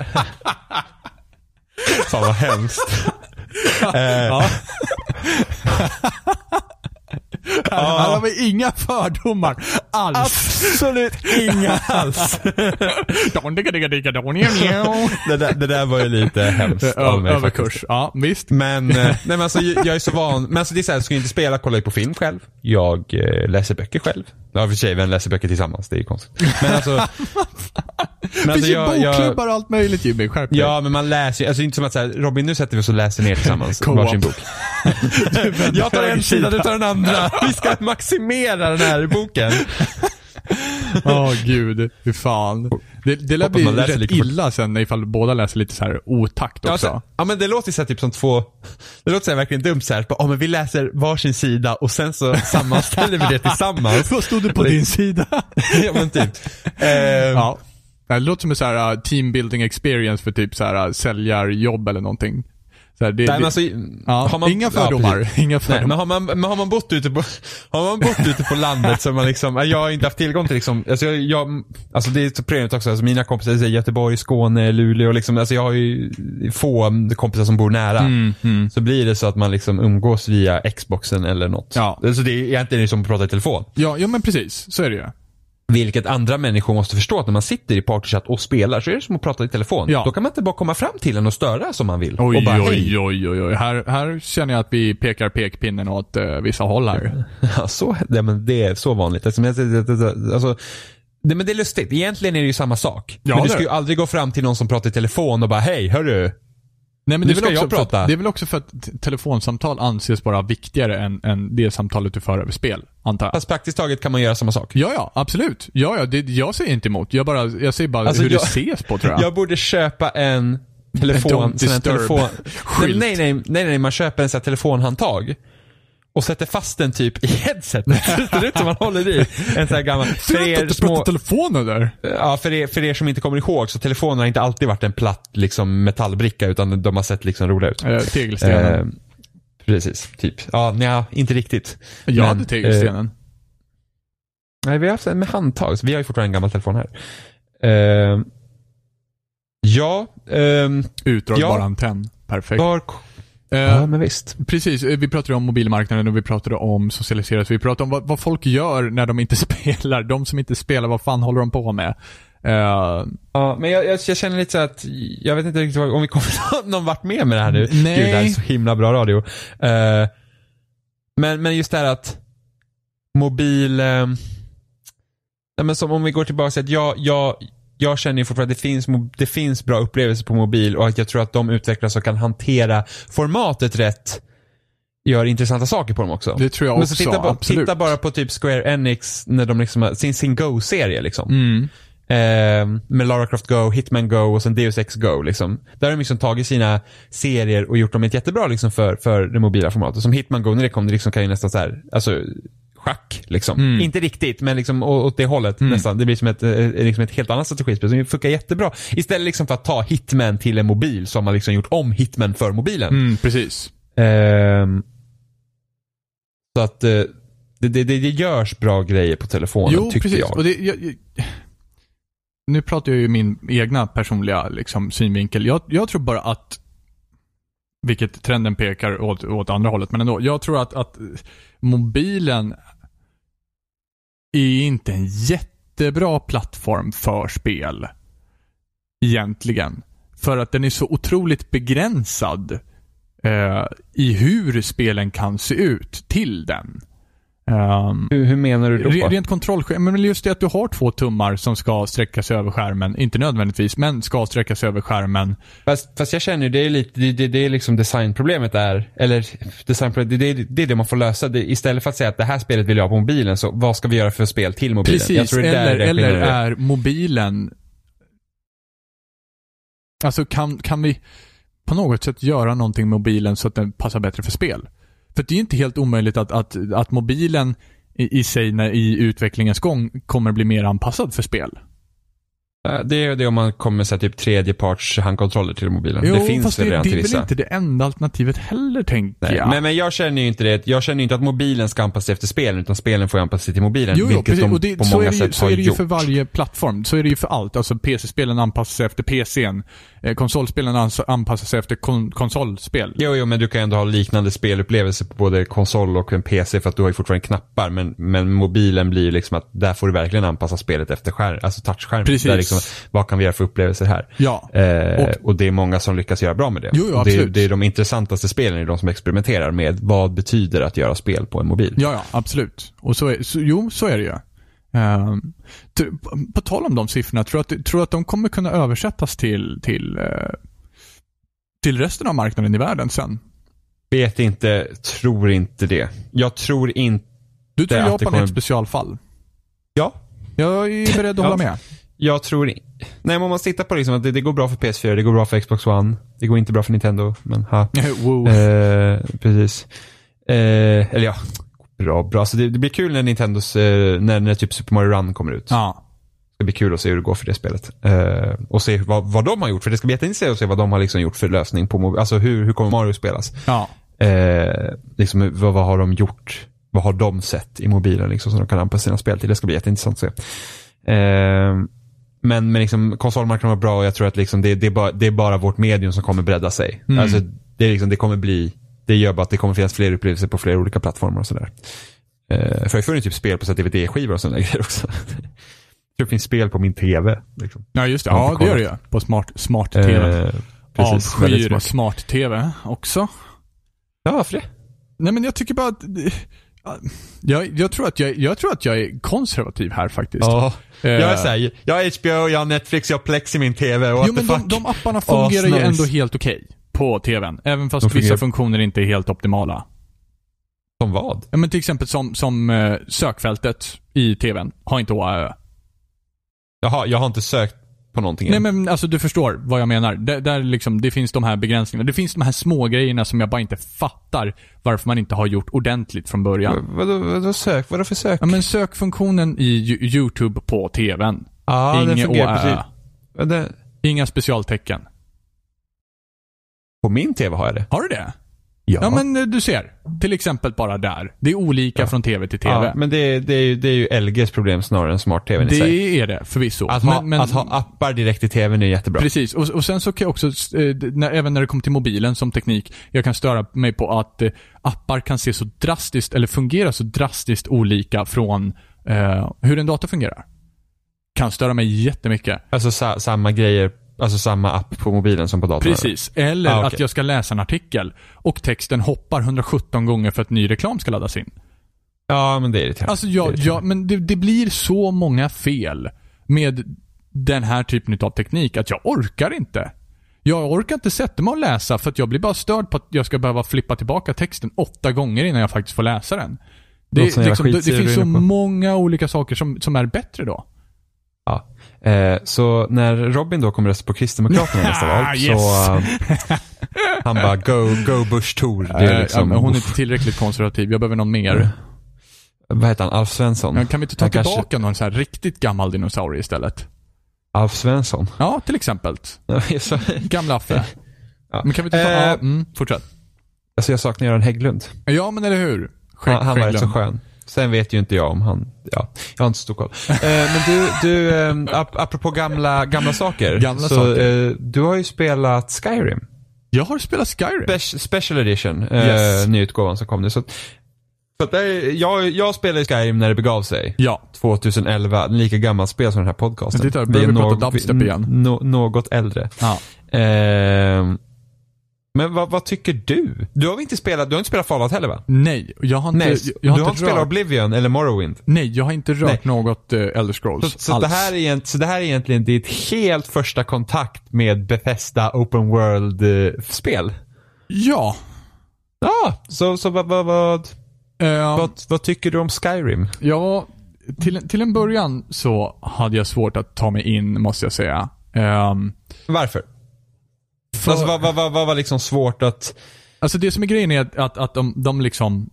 Fan vad hemskt. Ja. Han har väl inga fördomar alls. Absolut inga alls. det, där, det där var ju lite hemskt av mig. Överkurs, ja visst. Men, nej, men alltså, jag är så van. Men alltså, det är så här, jag ska inte spela, kolla ju på film själv. Jag eh, läser böcker själv. Ja, för sig, vem läser böcker tillsammans? Det är ju konstigt. Men alltså... Men alltså, jag, bokklubbar och allt möjligt, Jimmy, skärp dig. Ja, men man läser ju, alltså inte som att så här, Robin, nu sätter vi oss och läser ner tillsammans varsin bok. Jag tar en sida, du tar den andra. Vi ska maximera den här boken. Åh oh, gud, hur fan. Det, det lär bli rätt illa sen ifall båda läser lite så här otakt också. Ja, så, ja, men det låter så här, typ som två. Det låter så här, verkligen dumt så här. Ja, oh, men vi läser varsin sida och sen så sammanställer vi det tillsammans. Vad stod det på din sida? Ja, men typ. Eh, ja. Det låter som en så här uh, team building experience för typ så här uh, säljarjobb eller någonting. Så här, det, Nej, det, alltså, ja, har man, inga fördomar, ja, inga fördomar. Nej, men har man men har man bott ute på har man bott ute på landet, så man liksom, jag har inte haft tillgång till liksom, alltså jag, jag alltså det är så problemet också, alltså mina kompisar säger Göteborg, Skåne, Luleå liksom, alltså jag har ju få kompisar som bor nära. Mm, mm. Så blir det så att man liksom umgås via Xboxen eller något. Ja. Så det är egentligen som att prata i telefon. Ja, ja men precis, så är det ju. Vilket andra människor måste förstå, att när man sitter i partychat och spelar så är det som att prata i telefon. Ja. Då kan man inte bara komma fram till en och störa som man vill. Oj, och bara, oj, oj, oj, oj. Här, här känner jag att vi pekar pekpinnen åt uh, vissa håll här. Ja, så, det, men det är så vanligt. Alltså, alltså, det, men det är lustigt. Egentligen är det ju samma sak. Ja, men du ska ju aldrig gå fram till någon som pratar i telefon och bara, hej, hörru. Nej, men det är, väl också för att, det är väl också för att telefonsamtal anses vara viktigare än, än det samtalet du för över spel, antar jag. Fast praktiskt taget kan man göra samma sak. Ja, ja, absolut. Ja, ja, det, jag säger inte emot. Jag, bara, jag säger bara alltså, hur jag, det ses på, tror jag. Jag borde köpa en telefon... en telefon nej, nej, nej, nej, nej, man köper en sån här telefonhandtag och sätter fast den typ i headsetet. Det är ut som man håller i en sån här gammal... För er små telefoner där. Ja, för er, för er som inte kommer ihåg, så telefonen har inte alltid varit en platt liksom metallbricka, utan de har sett liksom roliga ut. Eh, tegelstenen. Eh, precis, typ. Ja, nej, inte riktigt. Jag men, hade tegelstenen. Eh, nej, vi har haft en med handtag, så vi har ju fortfarande en gammal telefon här. Eh, ja. Eh, Utdragbar ja, antenn. Perfekt. Var... Ja, men visst. Precis, vi pratade om mobilmarknaden och vi pratade om socialiseras. Vi pratade om vad, vad folk gör när de inte spelar. De som inte spelar, vad fan håller de på med? Uh, ja, men jag, jag, jag känner lite så att jag vet inte riktigt om vi kommer någon vart med med det här nu. Nej. Gud, det här är så himla bra radio. Uh, men, men just det här att mobil... Uh, Ja, men som om vi går tillbaka till att jag, jag, jag känner ju fortfarande att det finns, det finns bra upplevelser på mobil och att jag tror att de utvecklare som kan hantera formatet rätt gör intressanta saker på dem också. Det tror jag men också, så titta, på, absolut. titta bara på typ Square Enix när de liksom har sin, sin Go-serie liksom. Mm. Eh, med Lara Croft Go, Hitman Go och sen Deus Ex Go liksom. Där har de liksom tagit sina serier och gjort dem ett jättebra liksom för, för det mobila formatet. Som Hitman Go när det kom, det liksom kan ju nästan så här, alltså schack liksom. Mm. Inte riktigt, men liksom åt det hållet mm. nästan. Det blir som ett, liksom ett helt annat strategispel som funkar jättebra. Istället liksom för att ta Hitman till en mobil så har man liksom gjort om Hitman för mobilen. Mm, precis. Eh, så att det, det, det, det görs bra grejer på telefonen, jo, tycker precis. jag. Och det, jag, jag. Nu pratar jag ju min egna personliga liksom, synvinkel. Jag, jag tror bara att, vilket trenden pekar åt, åt andra hållet, men ändå, jag tror att, att mobilen är inte en jättebra plattform för spel egentligen. För att den är så otroligt begränsad eh, i hur spelen kan se ut till den. Um, hur, hur menar du då? Rent kontrollskärm, men just det att du har två tummar som ska sträcka sig över skärmen, inte nödvändigtvis, men ska sträcka sig över skärmen. Fast, fast jag känner ju, det är lite, det, det, det är liksom designproblemet där, eller designproblemet, det, det, det är det man får lösa. Det, istället för att säga att det här spelet vill jag ha på mobilen, så vad ska vi göra för spel till mobilen? Precis, jag tror det eller, där eller är mobilen, alltså kan, kan vi på något sätt göra någonting med mobilen så att den passar bättre för spel? För det är inte helt omöjligt att, att, att mobilen i, i sig när, i utvecklingens gång kommer bli mer anpassad för spel. Det är det om man kommer säga typ tredjeparts handkontroller till mobilen. Jo, det finns väl redan det, till vissa. Det är väl inte det enda alternativet heller, tänker Nej, jag. Men, men jag känner ju inte det. Jag känner ju inte att mobilen ska anpassa sig efter spelen, utan spelen får anpassa sig till mobilen. Jo, jo, vilket precis. de Och det, på så många är det ju, sätt så har är det ju gjort. för varje plattform. Så är det ju för allt. Alltså P C-spelen anpassar sig efter P C:n. Eh, konsolspelen ans- anpassar sig efter kon- konsolspel. Jo, jo, men du kan ändå ha liknande spelupplevelser på både konsol och en P C, för att du har ju fortfarande knappar. Men, men mobilen blir ju liksom att där får du verkligen anpassa spelet efter skärm, alltså touchskärm. Precis. Där liksom, vad kan vi göra för upplevelser här? Ja. Eh, och, och det är många som lyckas göra bra med det. Jo, jo, och det, absolut. det är de intressantaste spelen, är de som experimenterar med vad betyder att göra spel på en mobil. Ja, ja, absolut. Och så är, så, jo, så är det ju. Um, t- på, på tal om de siffrorna, tror att, tror att de kommer kunna översättas till, till, uh, till resten av marknaden i världen sen? Vet inte, tror inte det. Jag tror inte. Du tror att Japan det kommer... är ett specialfall? Ja. Jag är beredd att ja. hålla med. Jag tror inte. Nej, men om man tittar på liksom att det, det går bra för P S fyra, det går bra för Xbox One, det går inte bra för Nintendo, men ha. wow. eh, precis. Eh, eller ja, bra, bra. Så det, det blir kul när Nintendos, eh, när, när typ Super Mario Run kommer ut. Ja. Det blir kul att se hur det går för det spelet. Eh, och se vad, vad de har gjort, för det ska bli jätteintressant att se vad de har liksom gjort för lösning på mobil. Alltså hur, hur kommer Mario spelas? Ja. Eh, liksom, vad, vad har de gjort? Vad har de sett i mobilen liksom, som de kan anpassa sina spel till? Det ska bli jätteintressant att se. Eh, Men, men liksom, konsolmarknaden var bra, och jag tror att liksom det, det, är bara, det är bara vårt medium som kommer bredda sig. Mm. Alltså, det, är liksom, det kommer bli, det gör bara att det kommer finnas fler upplevelser på fler olika plattformar och sådär. Uh, för jag får ju typ spel på D V D-skivor och sådana grejer också. Jag tror det finns spel på min tv. Liksom. Ja, just det. Ja, det gör det ju. På smart, smart tv. Uh, precis, avskyr smart. smart tv också. Ja, varför det? Nej, men jag tycker bara att... Jag, jag, tror att jag, jag tror att jag är konservativ här faktiskt. Ja, uh, jag är såhär, jag har H B O, jag har Netflix, jag har Plex i min tv. Och jo, men de, de apparna fungerar oh, ju ändå helt okej okay på tvn. Även fast de vissa fungerar... funktioner inte är helt optimala. Som vad? Ja, men till exempel som, som uh, sökfältet i tvn har inte O A Ö. Jaha, jag har inte sökt på någonting. Nej, men alltså du förstår vad jag menar. Där, där liksom, det finns de här begränsningarna. Det finns de här små grejerna som jag bara inte fattar varför man inte har gjort ordentligt från början. V- vadå, vadå sök? Vadå för sök? Ja, men sökfunktionen i YouTube på tvn. Ja, Inge den fungerar O A Ö. precis. Det... Inga specialtecken. På min tv har jag det. Har du det? Ja. Ja, men du ser. Till exempel bara där. Det är olika ja. från tv till tv. Ja, men det, det, är ju, det är ju L G:s problem snarare än smart-tvn det i sig. Det är det, förvisso. Att ha, men, men, att ha appar direkt i tvn är jättebra. Precis, och, och sen så kan jag också, eh, när, även när det kommer till mobilen som teknik, jag kan störa mig på att eh, appar kan se så drastiskt, eller fungera så drastiskt olika från eh, hur en dator fungerar. Kan störa mig jättemycket. Alltså sa, samma grejer, alltså samma app på mobilen som på datorn? Precis, eller ah, okay. att jag ska läsa en artikel och texten hoppar hundrasjutton gånger för att ny reklam ska laddas in. Ja, men det är irriterande. Alltså, ja, det, ja, men det, det blir så många fel med den här typen av teknik att jag orkar inte. Jag orkar inte sätta mig och läsa för att jag blir bara störd på att jag ska behöva flippa tillbaka texten åtta gånger innan jag faktiskt får läsa den. Det, liksom, det, det finns så många olika saker som, som är bättre då. Ja. Eh, så när Robin då kommer rösta på Kristdemokraterna nästa val yes. så uh, han bara go, go Bush Thor. Det är liksom, ja, hon är inte tillräckligt konservativ. Jag behöver någon mer. Mm. Vad heter han? Alf Svensson? Ja, kan vi inte ta han tillbaka kanske... någon så här riktigt gammal dinosaurie istället? Alf Svensson? Ja, till exempel. Gamla Affe. Ja. Men kan vi inte ta... Eh, ja, mm, fortsätt. Alltså jag saknar Göran Hägglund. Ja, men eller hur? Skägg, han han var rätt så skön. Sen vet ju inte jag om han... Ja, jag har inte stor koll. eh, men du, du eh, ap- apropå gamla, gamla saker. Gamla så, saker. Eh, du har ju spelat Skyrim. Jag har spelat Skyrim. Spe- Special Edition. Eh, yes. Nyutgåvan som kom nu. Så, så att där, jag, jag spelade Skyrim när det begav sig. Ja. tjugoelva. Lika gammal spel som den här podcasten. Titta, vi är prata dubstep igen. No, något äldre. Ja. Eh, Men vad, vad tycker du? Du har inte spelat, du har inte spelat Fallout heller va? Nej, jag har inte Nej, jag, jag har du har inte inte spelat rört. Oblivion eller Morrowind? Nej, jag har inte rört Nej. något uh, Elder Scrolls Så, så, alls. det här är egent, så det här är egentligen ditt helt första kontakt med Bethesda Open World-spel? Ja. Ja, så, så vad, vad, vad, uh, vad, vad tycker du om Skyrim? Ja, till, till en början så hade jag svårt att ta mig in, måste jag säga. Um, Varför? För, alltså vad, vad, vad, vad var liksom svårt att... Alltså det som är grejen är att, att, att de, de liksom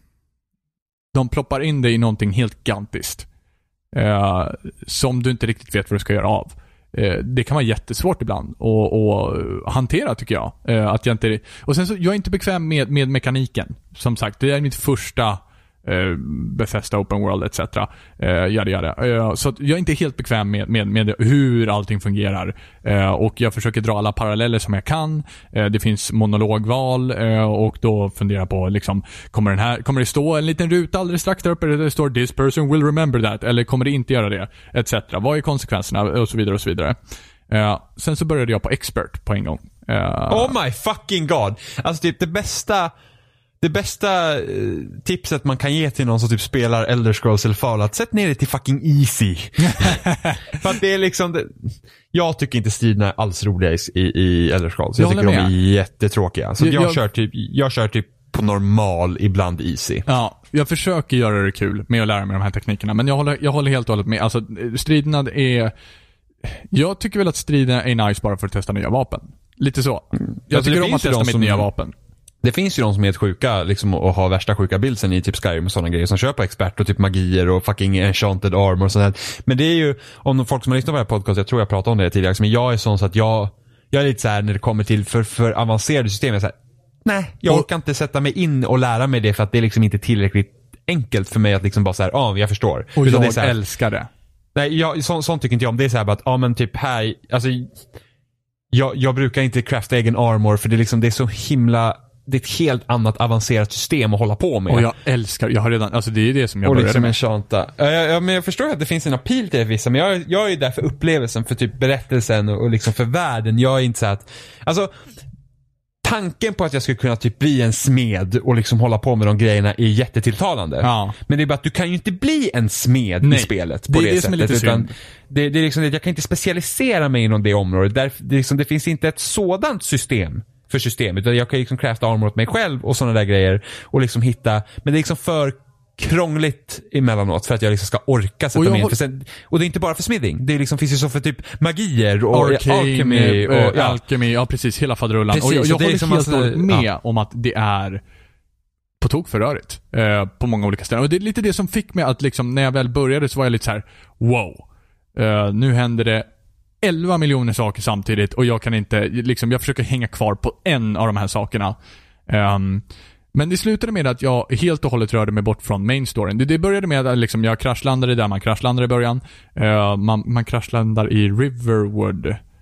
de ploppar in dig i någonting helt gigantiskt. Uh, som du inte riktigt vet vad du ska göra av. Uh, det kan vara jättesvårt ibland att, att hantera tycker jag. Uh, att jag inte, och sen så, jag är inte bekväm med, med mekaniken. Som sagt, det är mitt första Uh, Bethesda Open World et cetera. Uh, yada, yada. Uh, så att jag är inte helt bekväm med, med, med hur allting fungerar. Uh, och jag försöker dra alla paralleller som jag kan. Uh, det finns monologval uh, och då funderar på liksom, kommer, den här, kommer det stå en liten ruta alldeles strax där uppe där det står this person will remember that eller kommer det inte göra det et cetera. Vad är konsekvenserna och så vidare och så vidare. Uh, sen så började jag på expert på en gång. Uh, oh my fucking god. Alltså typ det bästa Det bästa eh, tipset man kan ge till någon som typ spelar Elder Scrolls eller Fallout, sätt ner det till fucking easy. För att det är liksom det, jag tycker inte striderna är alls roliga i, i Elder Scrolls. Jag, jag tycker de är jättetråkiga. Så jag, jag, jag, kör typ, jag kör typ på normal, ibland easy. Ja, jag försöker göra det kul med att lära mig de här teknikerna. Men jag håller, jag håller helt och hållet med. Alltså, striderna är... Jag tycker väl att striderna är nice bara för att testa nya vapen. Lite så. Jag alltså, tycker om att testa mitt som... nya vapen. Det finns ju de som är helt sjuka liksom, och har värsta sjuka bildsen i typ Skyrim och sådana grejer som köper expert och typ magier och fucking enchanted armor och sånt här. Men det är ju, om de folk som har lyssnat på det här podcast, jag tror jag pratade om det tidigare, men jag är sån så att jag jag är lite så här när det kommer till för, för avancerade system, jag är så här, nej, jag orkar inte sätta mig in och lära mig det för att det är liksom inte tillräckligt enkelt för mig att liksom bara så här, ja, jag förstår. Och utan jag det är så här, älskar det. Nej, jag, så, sånt tycker inte jag om. Det är så här bara att, ja men typ här, alltså jag, jag brukar inte crafta egen armor för det är liksom, det är så himla, det är ett helt annat avancerat system att hålla på med. Och jag älskar, jag har redan, alltså det är det som jag och började liksom med. En chanta. Ja, ja, men jag förstår att det finns en appeal till det vissa, men jag, jag är där för upplevelsen, för typ berättelsen och, och liksom för världen. Jag är inte så att, alltså tanken på att jag skulle kunna typ bli en smed och liksom hålla på med de grejerna är jättetilltalande. Ja. Men det är bara att du kan ju inte bli en smed Nej, i spelet på det, det, det sättet. Som är lite utan synd. det, det är liksom, jag kan inte specialisera mig inom det området. Där, det, liksom, det finns inte ett sådant system för systemet. Jag kan liksom crafta armor åt mig själv och sådana där grejer och liksom hitta, men det är liksom för krångligt emellanåt för att jag liksom ska orka sätta mig in. Håll... Sen, och det är inte bara för smithing. Det är liksom, finns ju så för typ magier och Arcane, alchemy och, äh, ja. alchemy, ja precis, hela faderullan. Och jag, jag håller liksom helt alltså, med ja. om att det är på tok för rörigt eh, på många olika ställen. Och det är lite det som fick mig att liksom, när jag väl började så var jag lite så här: wow, eh, nu händer det elva miljoner saker samtidigt och jag kan inte, liksom, jag försöker hänga kvar på en av de här sakerna. Um, men det slutade med att jag helt och hållet rörde mig bort från main storyn. Det, det började med att liksom, jag kraschlandade där man kraschlandade i början. Uh, man, man kraschlandar i Riverwood,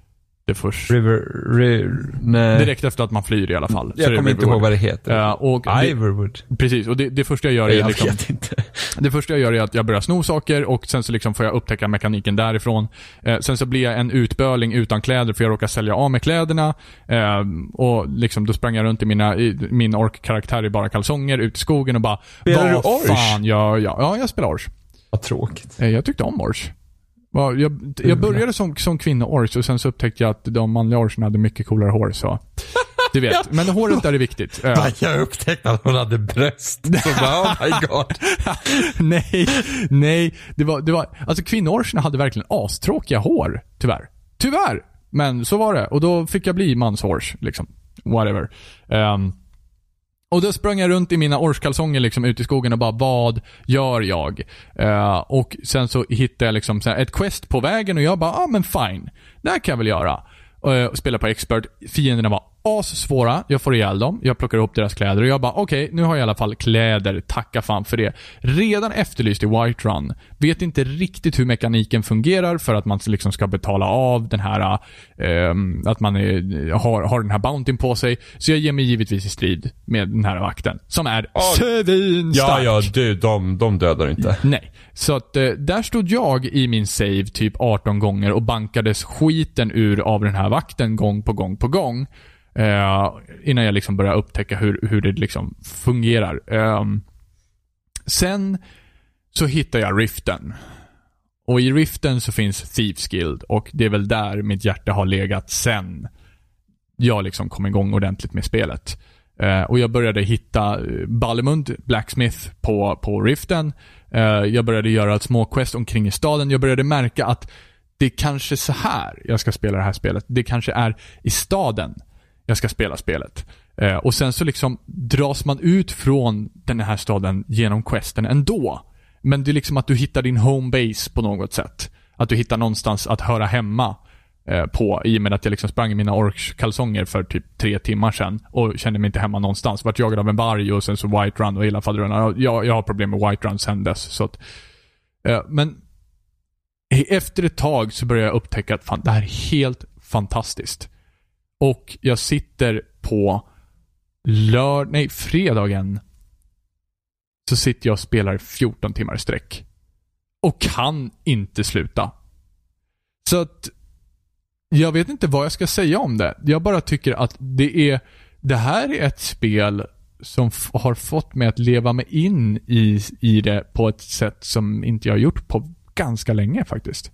det först. River, river nej. Direkt efter att man flyr i alla fall. Jag kommer inte ihåg vad det heter. Uh, och Iverwood. Det, precis, och det, det första jag gör är jag liksom, vet inte. Det första jag gör är att jag börjar sno saker och sen så liksom får jag upptäcka mekaniken därifrån. Uh, sen så blir jag en utböling utan kläder för jag råkar sälja av med kläderna. Uh, och liksom då sprang jag runt i mina i, min ork-karaktär i bara kalsonger ut i skogen och bara spelar vad du Orch? Fan, jag, jag, ja, jag spelar Orch. Vad tråkigt. Uh, jag tyckte om Orch. Jag, jag började som, som kvinno-orch och sen så upptäckte jag att de manliga orcherna hade mycket coolare hår, så du vet. Ja. Men håret där är viktigt. Jag upptäckte att hon hade bröst. Så bara, oh my god. nej, nej. Det var, det var, alltså kvinno-orcherna hade verkligen astråkiga hår, tyvärr. Tyvärr. Men så var det. Och då fick jag bli manshorse, liksom. Whatever. Um, Och då sprang jag runt i mina orchkalsonger liksom ut i skogen och bara, vad gör jag? Uh, och sen så hittade jag liksom så här ett quest på vägen och jag bara, ja ah, men fine. Det här kan jag väl göra. Uh, spela på expert. Fienderna var assvåra. Jag får ihjäl dem. Jag plockar ihop deras kläder och jag bara, okej, okay, nu har jag i alla fall kläder. Tacka fan för det. Redan efterlyst i Whiterun. Vet inte riktigt hur mekaniken fungerar för att man liksom ska betala av den här um, att man är, har, har den här bountyn på sig. Så jag ger mig givetvis i strid med den här vakten som är oh. svinstark. Ja, ja, du, de, de dödar inte. Nej. Så att uh, där stod jag i min save typ arton gånger och bankades skiten ur av den här vakten gång på gång på gång. Uh, innan jag liksom börjar upptäcka hur, hur det liksom fungerar. Um, sen så hittar jag Riften. Och i Riften så finns Thieves Guild. Och det är väl där mitt hjärta har legat sen jag liksom kom igång ordentligt med spelet. Uh, och jag började hitta Balimund, Blacksmith på, på Riften. Uh, jag började göra ett små quest omkring i staden. Jag började märka att det är kanske så här jag ska spela det här spelet. Det kanske är i staden jag ska spela spelet. Eh, och sen så liksom dras man ut från den här staden genom questen ändå. Men det är liksom att du hittar din home base på något sätt. Att du hittar någonstans att höra hemma eh, på. I och med att jag liksom sprang i mina orkskalsonger för typ tre timmar sedan och kände mig inte hemma någonstans. Vart jagad av en varg och sen så Whiterun och hela fadrunnan. Jag, jag har problem med Whiterun sen dess. Så att, eh, men efter ett tag så börjar jag upptäcka att fan, det här är helt fantastiskt. Och jag sitter på lörd... Nej, fredagen så sitter jag och spelar fjorton timmar i sträck. Och kan inte sluta. Så att jag vet inte vad jag ska säga om det. Jag bara tycker att det är... Det här är ett spel som f- har fått mig att leva mig in i, i det på ett sätt som inte jag har gjort på ganska länge faktiskt.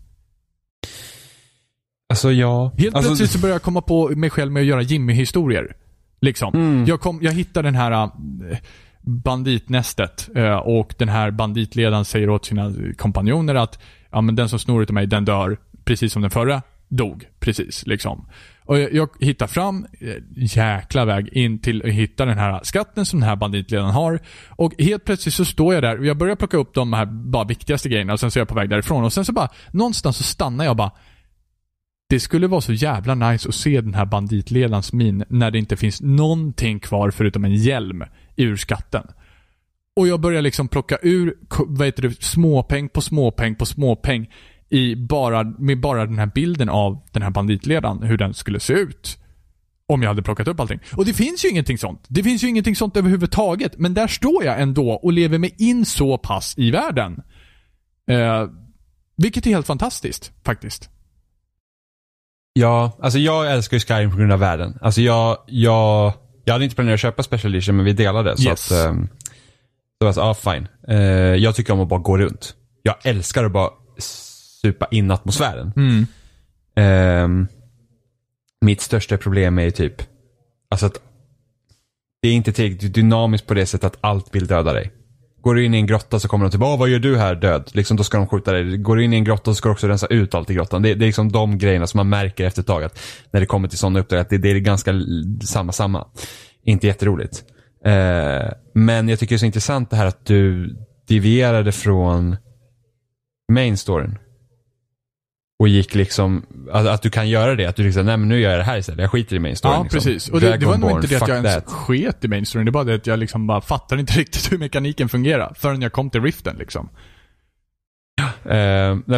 Alltså ja. Helt alltså, plötsligt så börjar jag komma på mig själv med att göra Jimmy-historier. Liksom. Mm. Jag, kom, jag hittar den här äh, banditnästet äh, och den här banditledaren säger åt sina kompanjoner att ja, men den som snor utav mig, den dör. Precis som den förra dog. Precis, liksom. Och jag, jag hittar fram äh, jäkla väg in till att hitta den här skatten som den här banditledaren har. Och helt plötsligt så står jag där och jag börjar plocka upp de här bara viktigaste grejerna och sen så är jag på väg därifrån. Och sen så bara, någonstans så stannar jag bara. Det skulle vara så jävla nice att se den här banditledarens min när det inte finns någonting kvar förutom en hjälm ur skatten. Och jag börjar liksom plocka ur vad heter det, småpeng på småpeng på småpeng i bara, med bara den här bilden av den här banditledaren, hur den skulle se ut om jag hade plockat upp allting. Och det finns ju ingenting sånt. Det finns ju ingenting sånt överhuvudtaget. Men där står jag ändå och lever mig in så pass i världen. Eh, vilket är helt fantastiskt, faktiskt. Ja, alltså jag älskar ju Skyrim på grund av världen. Alltså jag, jag, jag hade inte planerat att köpa Special Edition, men vi delade. Så yes. att, um, så att, ja, fine. Uh, jag tycker om att bara gå runt. Jag älskar att bara supa in atmosfären. Mm. Um, mitt största problem är ju typ, alltså att det är inte tillräckligt dynamiskt på det sättet att allt vill döda dig. Går du in i en grotta så kommer de tillbaka, vad gör du här död? Liksom då ska de skjuta dig. Går du in i en grotta så ska du också rensa ut allt i grottan. Det, det är liksom de grejerna som man märker efter ett tag att när det kommer till sådana uppdrag att det, det är ganska samma samma. Inte jätteroligt. Eh, men jag tycker det är så intressant det här att du devierade från main storyn. Och gick liksom att, att du kan göra det, att du liksom, nej men nu gör jag det här istället, jag skiter i main storyn. Ja, liksom. precis. Och det, det var nog inte det att jag ens that. sket i main storyn, det är bara det att jag liksom bara fattar inte riktigt hur mekaniken fungerar förrän jag kom till Riften liksom. Uh, därför att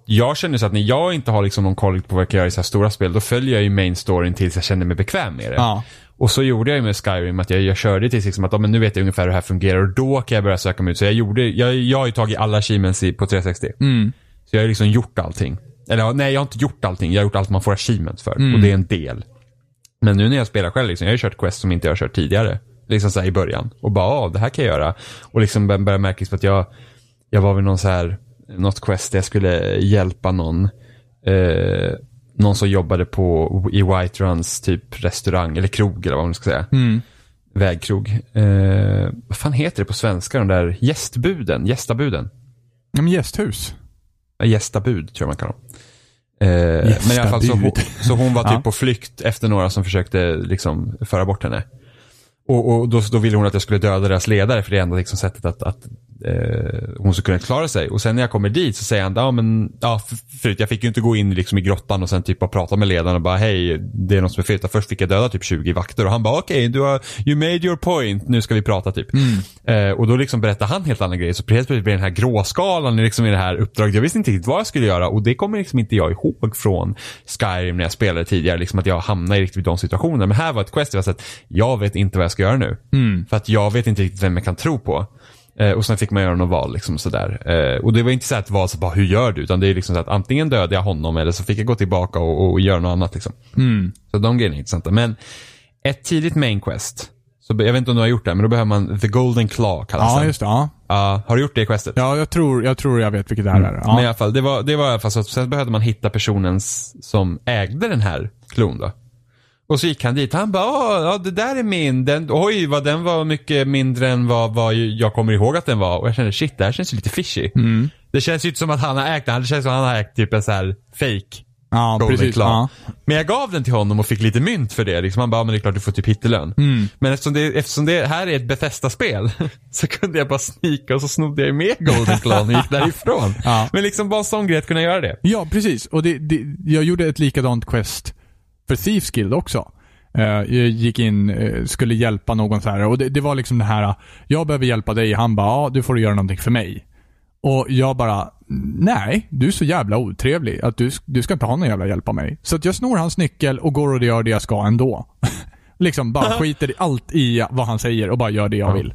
jag känner så att när jag inte har liksom någon koll på vad jag kan göra i så här stora spel, då följer jag ju main storyn tills jag känner mig bekväm med det. Ja. Och så gjorde jag ju med Skyrim att jag, jag körde tills liksom att ja, men nu vet jag ungefär hur det här fungerar och då kan jag börja söka mig ut. Så jag gjorde, jag, jag har ju tagit alla achievements i, på trehundrasextio. Mm. Så jag har liksom gjort allting. Eller nej, jag har inte gjort allting. Jag har gjort allt man får achievements för. Mm. Och det är en del. Men nu när jag spelar själv, liksom, jag har ju kört quest som inte jag har kört tidigare. Liksom så här i början. Och bara, ja, det här kan jag göra. Och liksom började märka att jag, jag var vid någon så här, något quest där jag skulle hjälpa någon. Eh, någon som jobbade på i White Runs typ restaurang eller krog eller vad man ska säga. Mm. Vägkrog. Eh, vad fan heter det på svenska? De där gästbuden, gästabuden. Ja, men gästhus. Gästabud tror jag man kallar dem. Eh, men i alla fall så hon, så hon var typ ja. på flykt efter några som försökte liksom föra bort henne. Och, och då, då ville hon att jag skulle döda deras ledare för det är enda liksom sättet att, att eh, hon skulle kunna klara sig. Och sen när jag kommer dit så säger han, ja men, ja för, förut jag fick ju inte gå in liksom i grottan och sen typ bara prata med ledaren och bara, hej, det är något som är fel. Först fick jag döda typ tjugo vakter och han bara, okej, okay, du har, you made your point, nu ska vi prata typ. Mm. Eh, och då liksom berättar han helt andra grejer. Så helt plötsligt blir den här gråskalan liksom i det här uppdraget. Jag visste inte riktigt vad jag skulle göra och det kommer liksom inte jag ihåg från Skyrim när jag spelade tidigare. Liksom att jag hamnade i riktigt de situationerna. Men här var ett quest, jag var att jag vet inte vad jag ska göra nu. Mm. För att jag vet inte riktigt vem jag kan tro på. Eh, och sen fick man göra något val liksom sådär. Eh, och det var inte så att val så bara, hur gör du? Utan det är liksom så att antingen dödade jag honom eller så fick jag gå tillbaka och, och göra något annat liksom. Mm. Så de grejerna är intressanta. Men ett tidigt main quest, så jag vet inte om du har gjort det, men då behöver man The Golden Claw kallas Ja, den. just det. Ja. Uh, har du gjort det i questet? Ja, jag tror jag, tror jag vet vilket det här mm. är. Ja. Men i alla fall, det var, det var i alla fall så att sen behövde man hitta personen som ägde den här klon då. Och så gick han dit. Han bara, ja det där är min. Den, oj, vad den var mycket mindre än vad, vad jag kommer ihåg att den var. Och jag kände, shit, det här känns ju lite fishy. Mm. Det känns ju inte som att han har ägt den. Det känns som att han har ägt typ en så här fake. Ja, precis. Ja. Men jag gav den till honom och fick lite mynt för det. Liksom han bara, men det är klart du får typ hittelön. Mm. Men eftersom det, eftersom det här är ett Bethesda-spel så kunde jag bara snika och så snodde jag med Golden Claw och gick därifrån. Ja. Men liksom bara en sån grej att kunna göra det. Ja, precis. Och det, det, jag gjorde ett likadant quest för Thieves Guild också. Uh, jag gick in, uh, skulle hjälpa någon så här. Och det, det var liksom det här, jag behöver hjälpa dig. Han bara, ja du får göra någonting för mig. Och jag bara, nej, du är så jävla otrevlig att du, du ska inte ha någon jävla hjälp av mig. Så att jag snor hans nyckel och går och gör det jag ska ändå. Liksom bara skiter allt i vad han säger och bara gör det jag vill.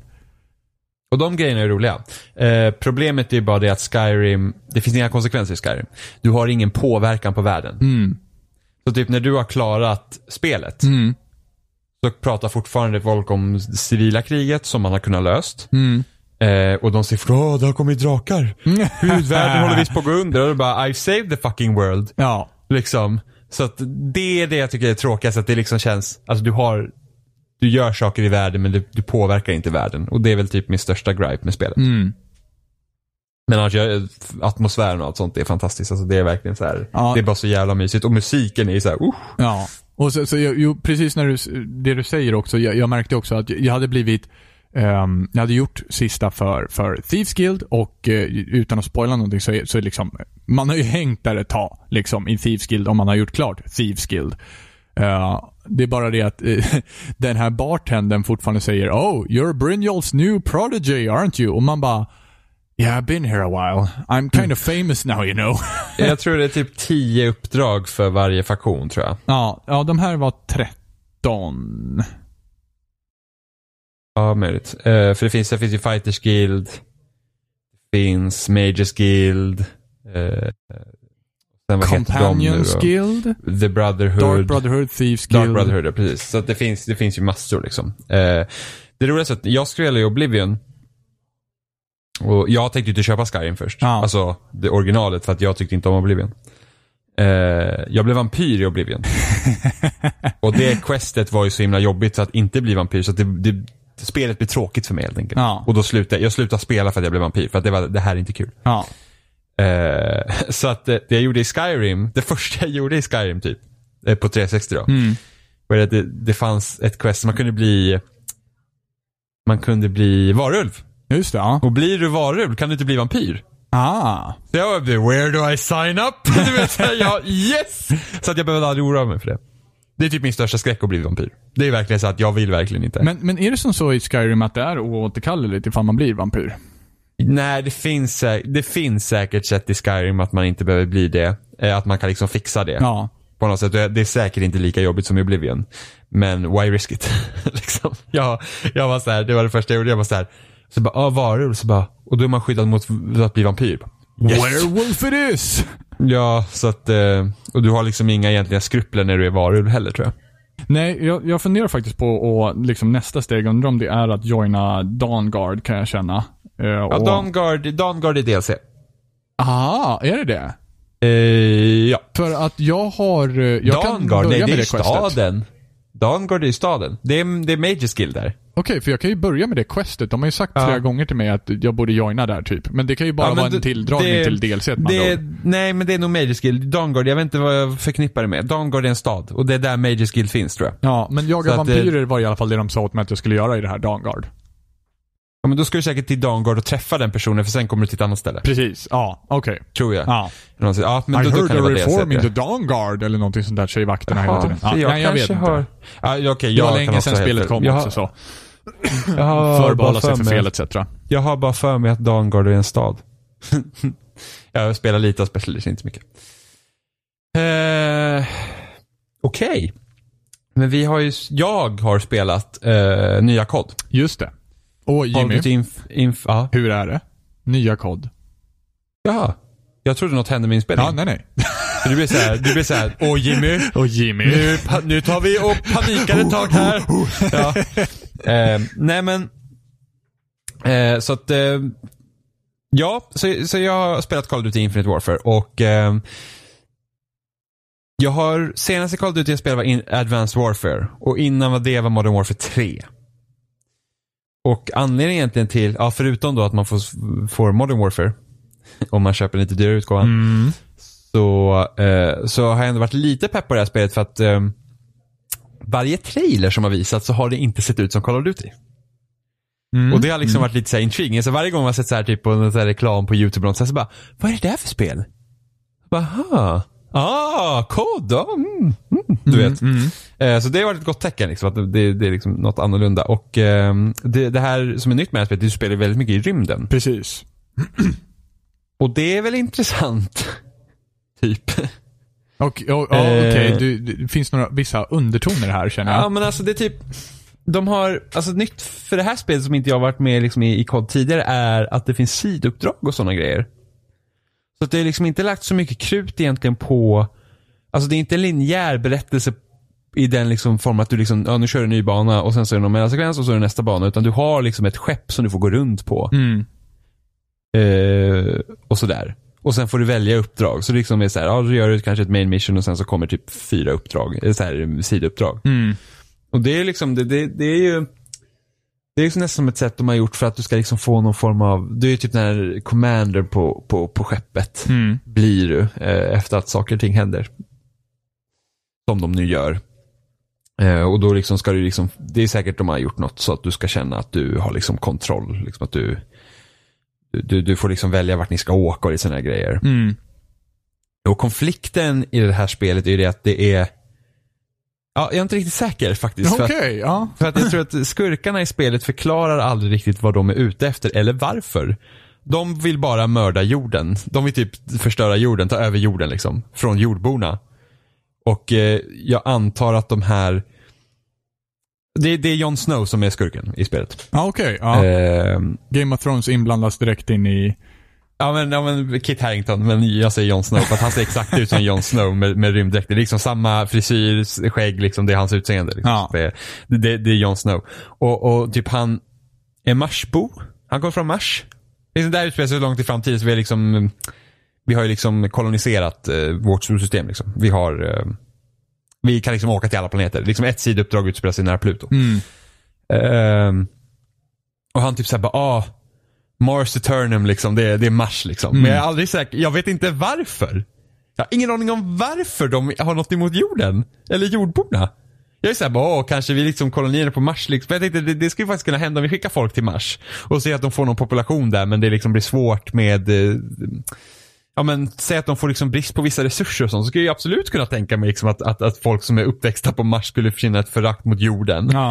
Och de grejerna är roliga. Eh, problemet är bara det att Skyrim, det finns inga konsekvenser i Skyrim. Du har ingen påverkan på världen. Mm. Så typ när du har klarat spelet mm. så pratar fortfarande folk om civila kriget som man har kunnat löst. Mm. Eh, och de säger, åh, det har kommit drakar. Gud, världen håller visst på att gå under. Och då bara, I've saved the fucking world. Ja. Liksom. Så att det är det jag tycker är tråkigt. Att det liksom känns, alltså du har, du gör saker i världen men du, du påverkar inte världen. Och det är väl typ min största gripe med spelet. Mm. Men alltså, atmosfären och allt sånt är fantastiskt. Alltså det är verkligen så här, ja. Det är bara så jävla mysigt. Och musiken är så här, uh. Ja. Och så, så jo, precis när du, det du säger också, jag, jag märkte också att jag hade blivit Um, jag hade gjort sista för, för Thieves Guild och uh, utan att spoila någonting så är, så är liksom, man har ju hängt där ett tag liksom, i Thieves Guild om man har gjort klart Thieves Guild. Uh, det är bara det att uh, den här bartendern fortfarande säger, oh, you're Brynjolf's new prodigy, aren't you? Och man bara, yeah, I've been here a while. I'm kind of famous now, you know. Jag tror det är typ tio uppdrag för varje faktion, tror jag. Ja, ja de här var tretton. Ja, möjligt. Uh, för det finns, det finns ju Fighters Guild. Det finns Mages Guild. Uh, sen vad Companions Guild. The Brotherhood. Dark Brotherhood, Thieves Guild. Dark Brotherhood, ja, precis. Så att det finns, det finns ju massor liksom. Uh, det roliga är att jag spelade i Oblivion. Och jag tänkte inte köpa Skyrim först. Ah. Alltså det originalet, för att jag tyckte inte om Oblivion. Uh, jag blev vampyr i Oblivion. Och det questet var ju så himla jobbigt så att inte bli vampyr. Så att det, det, spelet blev tråkigt för mig helt enkelt. Ja. Och då slutade jag slutade spela för att jag blev vampyr. För att det, var, det här är inte kul. Ja. Uh, så att det, det jag gjorde i Skyrim, det första jag gjorde i Skyrim typ på trehundrasextio då, mm. var det, det, det fanns ett quest. Man kunde bli Man kunde bli varulv. Just det, ja. Och blir du varulv kan du inte bli vampyr. Ah. Så jag bara, where do I sign up? Du vet, ja, yes! Så att jag behöver aldrig oroa mig för det. Det är typ min största skräck att bli vampyr. Det är verkligen så att jag vill verkligen inte. Men, men är det som så i Skyrim att det är oåterkalleligt ifall man blir vampyr? Nej, det finns, det finns säkert sätt i Skyrim att man inte behöver bli det. Att man kan liksom fixa det. Ja. På något sätt. Det är säkert inte lika jobbigt som i Oblivion. Men why risk it? liksom. jag, jag var så här, det var det första jag gjorde. Jag var så här, så bara, ah, varulv. Så bara, och då är man skyddad mot att bli vampyr. Yes. Werewolf it is! Ja, så att, och du har liksom inga egentliga skrupler när du är varulv heller, tror jag. Nej, jag, jag funderar faktiskt på att liksom nästa steg, undrar om det är att joina Dawnguard, kan jag känna. Uh, ja, och... Dawnguard, Dawnguard är D L C. Aha, är det det? Uh, ja. För att jag har... Jag Dawnguard, kan börja nej, med det är det staden. Dawnguard är i staden. Det är, det är Major Skill där. Okej, okay, för jag kan ju börja med det questet. De har ju sagt ja. flera gånger till mig att jag borde joina där typ. Men det kan ju bara ja, vara en tilldragning det, till D L C. Det, nej, men det är nog Major Skill. Dawnguard, jag vet inte vad jag förknippar det med. Dawnguard är en stad. Och det är där Major Skill finns, tror jag. Ja, men jaga vampyrer det, var i alla fall det de sa åt mig att jag skulle göra i det här Dawnguard. Ja, men då ska du säkert till Dawnguard och träffa den personen, för sen kommer du till ett annat ställe. Precis, ja, okej. Okay. Tror jag. Ja. Ja, men I då, heard då kan a det reform in the Dawnguard eller någonting sånt där, säger vakterna hela tiden. Ja, jag, nej, jag vet har... inte. Ja, okay, det var länge sedan spelet kom jag också så. Jag Förbala sig för fel et cetera. Jag har bara för mig att Dawnguard är en stad. Jag spelar lite av Special Edition, inte så mycket. Uh, Okej. Okay. Men vi har ju, jag har spelat uh, nya C O D. Just det. Och Jimmy, inf- inf- ja. hur är det? Nya C O D. Ja, jag trodde något hände med inspelningen. Ja, nej, nej. Så du blir så här, du blir så här, åh Jimmy, och Jimmy. Nu, pa- nu tar vi och panikar ett tag här. Ja. Eh, nej men, eh, så att, eh, ja, så, så jag har spelat Call of Duty Infinite Warfare och eh, jag har, senaste Call of Duty jag spelade var in, Advanced Warfare och innan var det var Modern Warfare tre. Och anledningen egentligen till, ja förutom då att man får, får Modern Warfare om man köper en lite dyrare utgåvan, mm. så, eh, så har jag ändå varit lite pepp på det här spelet för att eh, varje trailer som har visat så har det inte sett ut som Call of Duty. Mm. Och det har liksom mm. varit lite så här intriguing. Så varje gång man har sett så här typ på en så här reklam på YouTube och så, så bara, vad är det där för spel? Bara, aha. Ah, kod. Mm, mm, du vet. Mm, mm. Eh, så det har varit ett gott tecken liksom, att det, det är liksom något annorlunda. Och eh, det, det här som är nytt med det här spelet, du spelar väldigt mycket i rymden. Precis. Och det är väl intressant. Typ. Och, och, och, okej, okay. Det finns några vissa undertoner här, känner jag. Ja, men alltså det är typ, de har, alltså nytt för det här spelet som inte jag har varit med liksom i, i C O D tidigare är att det finns siduppdrag och sådana grejer. Så att det är liksom inte lagt så mycket krut egentligen på, alltså det är inte en linjär berättelse i den liksom form att du liksom, ja nu kör du en ny bana och sen så är det någon mellansekvens och så är det nästa bana, utan du har liksom ett skepp som du får gå runt på. Mm. Eh, och sådär. Och sen får du välja uppdrag. Så det liksom är så här, ja då gör du kanske ett main mission och sen så kommer typ fyra uppdrag, eller så här sidouppdrag. Mm. Och det är liksom, det, det, det är ju det är liksom nästan som ett sätt de har gjort för att du ska liksom få någon form av, du är typ den här commander på, på, på skeppet. Mm. Blir du eh, efter att saker och ting händer. Som de nu gör. Eh, och då liksom ska du liksom, det är säkert de har gjort något så att du ska känna att du har liksom kontroll. Liksom att du Du, du får liksom välja vart ni ska åka och lite sådana här grejer. Mm. Och konflikten i det här spelet är ju det att det är, ja, jag är inte riktigt säker faktiskt. Okej, okay, ja. För att jag tror att skurkarna i spelet förklarar aldrig riktigt vad de är ute efter eller varför. De vill bara mörda jorden. De vill typ förstöra jorden, ta över jorden liksom. Från jordborna. Och eh, jag antar att de här Det, det är Jon Snow som är skurken i spelet. Ja, okej. Okay, ja. eh, Game of Thrones inblandas direkt in i... Ja men, ja, men Kit Harington, men jag säger Jon Snow för att han ser exakt ut som Jon Snow med, med rymddräkt. Det är liksom samma frisyr, skägg, liksom, det är hans utseende. Liksom. Ja. Det, det, det är Jon Snow. Och, och typ han är Marsbo. Han kommer från Mars. Liksom där utspelar sig så långt i framtiden så vi är liksom, vi har ju liksom koloniserat eh, vårt solsystem liksom. Vi har... Eh, Vi kan liksom åka till alla planeter. Liksom ett sidouppdrag utspelar sig nära Pluto. Mm. Um, och han typ såhär bara, ah, Mars Eternum liksom, det är, det är Mars liksom. Mm. Men jag är aldrig säker, jag vet inte varför. Jag har ingen aning om varför de har något emot jorden. Eller jordborna. Jag är såhär bara, åh, kanske vi liksom kolonier på Mars liksom. För jag tänkte, det, det skulle faktiskt kunna hända om vi skickar folk till Mars. Och se att de får någon population där, men det liksom blir svårt med... Eh, Ja men säg att de får liksom brist på vissa resurser och sånt, så skulle jag absolut kunna tänka mig liksom att, att, att folk som är uppväxta på Mars skulle finna ett förakt mot jorden. Ja.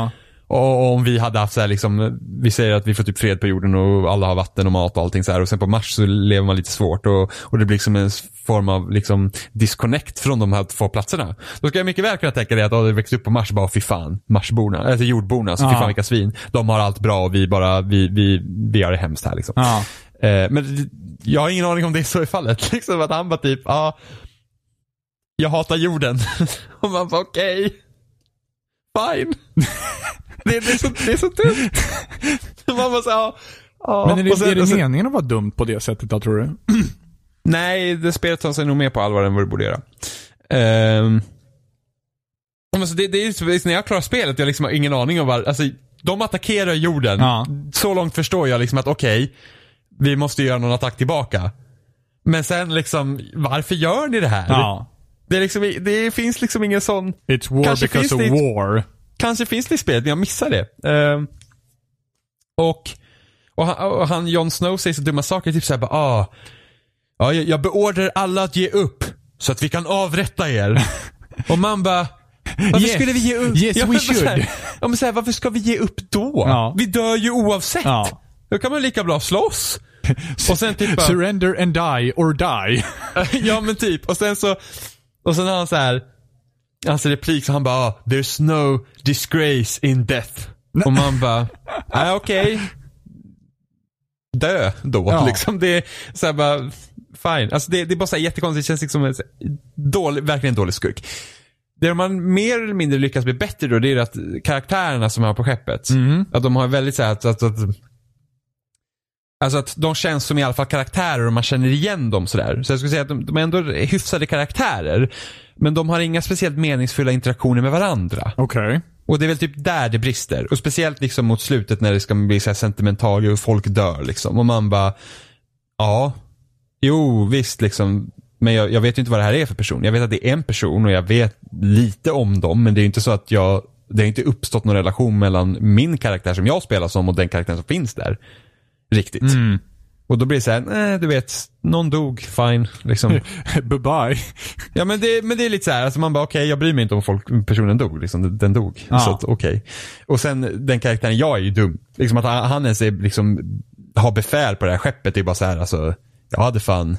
Och om vi hade haft så här liksom, vi säger att vi får typ fred på jorden och alla har vatten och mat och allting så här, och sen på Mars så lever man lite svårt och, och det blir liksom en form av liksom disconnect från de här två platserna. Då ska jag mycket väl kunna tänka dig att oh, det växte upp på Mars, bara fy fan, Marsborna, alltså jordborna, så fy fan vilka svin. De har allt bra och vi bara, vi, vi, vi har det hemskt här liksom. Ja. Eh, men jag har ingen aning om det är så i fallet. Liksom att han bara typ, ja, ah, jag hatar jorden. Och man bara okej. Okay. Fine. det, det, är så, det är så dumt. Man bara så, ja, ja. Men är det, sen, är det sen, meningen att vara dumt på det sättet då, tror du? Nej, det spelet tar sig nog mer på allvar än vad det borde göra. Um, alltså det, det är när jag klarar spelet, jag liksom har ingen aning om vad, alltså de attackerar jorden. Ja. Så långt förstår jag liksom att okej, okay, vi måste göra någon attack tillbaka. Men sen liksom, varför gör ni det här? Ja. Det, är liksom, det finns liksom ingen sån... It's war kanske because of det, war. Kanske finns det i spelet, men jag missar det. Uh, och, och, han, och han, Jon Snow, säger så dumma saker. Typ såhär bara, ah, ja, jag, jag beordrar alla att ge upp så att vi kan avrätta er. Och man bara, varför yes. skulle vi ge upp? Yes, ja, we should. Här, ja, men så här, varför ska vi ge upp då? Ja. Vi dör ju oavsett. Ja. Då kan man lika bra slåss. Och sen typ bara, surrender and die or die. Ja, men typ. Och sen så, och sen har han så här, alltså replik, så han bara, ah, there's no disgrace in death. Och man bara, ah, okej. Okay. Dö då. Ja. Liksom det är så här bara, fine. Alltså det, det är bara så här jättekonstigt. Det känns liksom en dålig, verkligen en dålig skurk. Det man mer eller mindre lyckas bli bättre då, det är att karaktärerna som har på skeppet, mm. att de har väldigt så här att, att, att alltså att de känns som i alla fall karaktärer och man känner igen dem sådär. Så jag skulle säga att de, de är ändå hyfsade karaktärer, men de har inga speciellt meningsfulla interaktioner med varandra. Okej. Okay. Och det är väl typ där det brister. Och speciellt liksom mot slutet när det ska bli så här sentimentalt och folk dör liksom. Och man bara, ja, jo visst liksom, men jag, jag vet ju inte vad det här är för person. Jag vet att det är en person och jag vet lite om dem, men det är inte så att jag, det har inte uppstått någon relation mellan min karaktär som jag spelar som och den karaktären som finns där. Riktigt. Mm. Och då blir det så här, nej, du vet, någon dog, fine, liksom. Bye bye. Ja, men det, men det är lite så här, alltså man bara, okej, okay, jag bryr mig inte om folk, personen dog, liksom, den dog. Ah. Så att, okej. Okay. Och sen, den karaktären, jag är ju dum. Liksom att han ens är, liksom, har befäl på det här skeppet, det är bara så här, alltså, jag hade fan,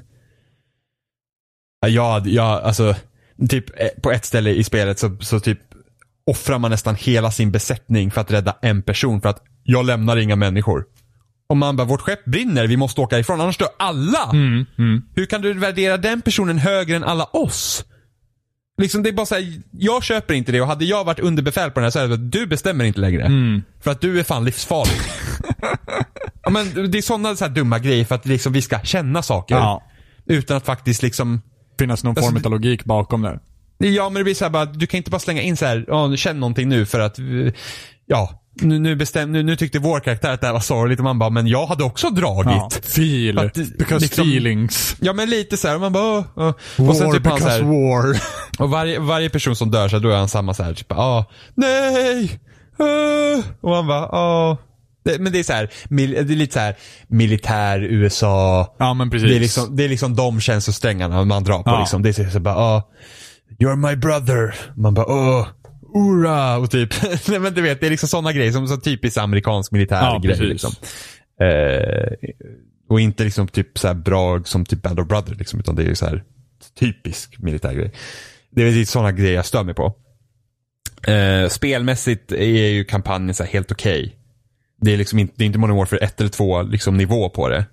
jag, jag, alltså, typ, på ett ställe i spelet så, så typ, offrar man nästan hela sin besättning för att rädda en person, för att jag lämnar inga människor. Om man bara, vårt skepp brinner, vi måste åka ifrån, annars dör alla. Mm, mm. Hur kan du värdera den personen högre än alla oss? Liksom det är bara så här, jag köper inte det, och hade jag varit underbefäl på den här så är det att du bestämmer inte längre. Mm. För att du är fan livsfarlig. Ja, men det är sådana så här dumma grejer för att liksom vi ska känna saker. Ja. Utan att faktiskt liksom finnas någon form av logik bakom det. Ja, men det blir så här bara, du kan inte bara slänga in så här, ja, känn någonting nu för att, ja, nu, nu, bestäm, nu, nu tyckte vår karaktär att det här var sorgligt, och man bara, men jag hade också dragit. Ja, feel, att, because liksom, feelings. Ja, men lite så här, och man bara, oh, oh. War och sen typ because här, war. Och varje, varje person som dör så då är han samma så här, typ, ja, ah, nej, ah. Och man bara, ja. Oh. Det, men det är så här, det är lite så här militär U S A. Ja, men precis. Det är liksom, det är liksom de känslosträngarna man drar på, ja. Liksom. Det är så bara, ja, ah, you're my brother. Man bara, åh, oh, ura, och typ, nej men du vet, det är liksom sådana grejer som så typiskt amerikansk militär ja, grej liksom. Eh, och inte liksom typ så här bra som typ Band of Brothers liksom, utan det är ju så här typisk militär grej. Det är väl sådana grejer jag stör mig på. Eh, spelmässigt är ju kampanjen så här helt okej. Okay. Det är liksom inte, det är inte Modern Warfare ett eller två liksom nivå på det.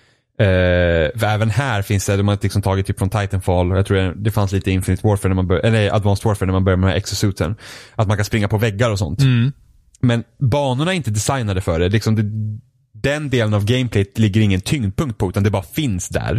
Uh, för även här finns det, de har liksom tagit typ från Titanfall, jag tror det, det fanns lite Infinite Warfare när man bör, eller Advanced Warfare när man börjar med exosuiten, att man kan springa på väggar och sånt. Mm. Men banorna är inte designade för det, liksom det, den delen av gameplayt ligger ingen tyngdpunkt på, utan det bara finns där.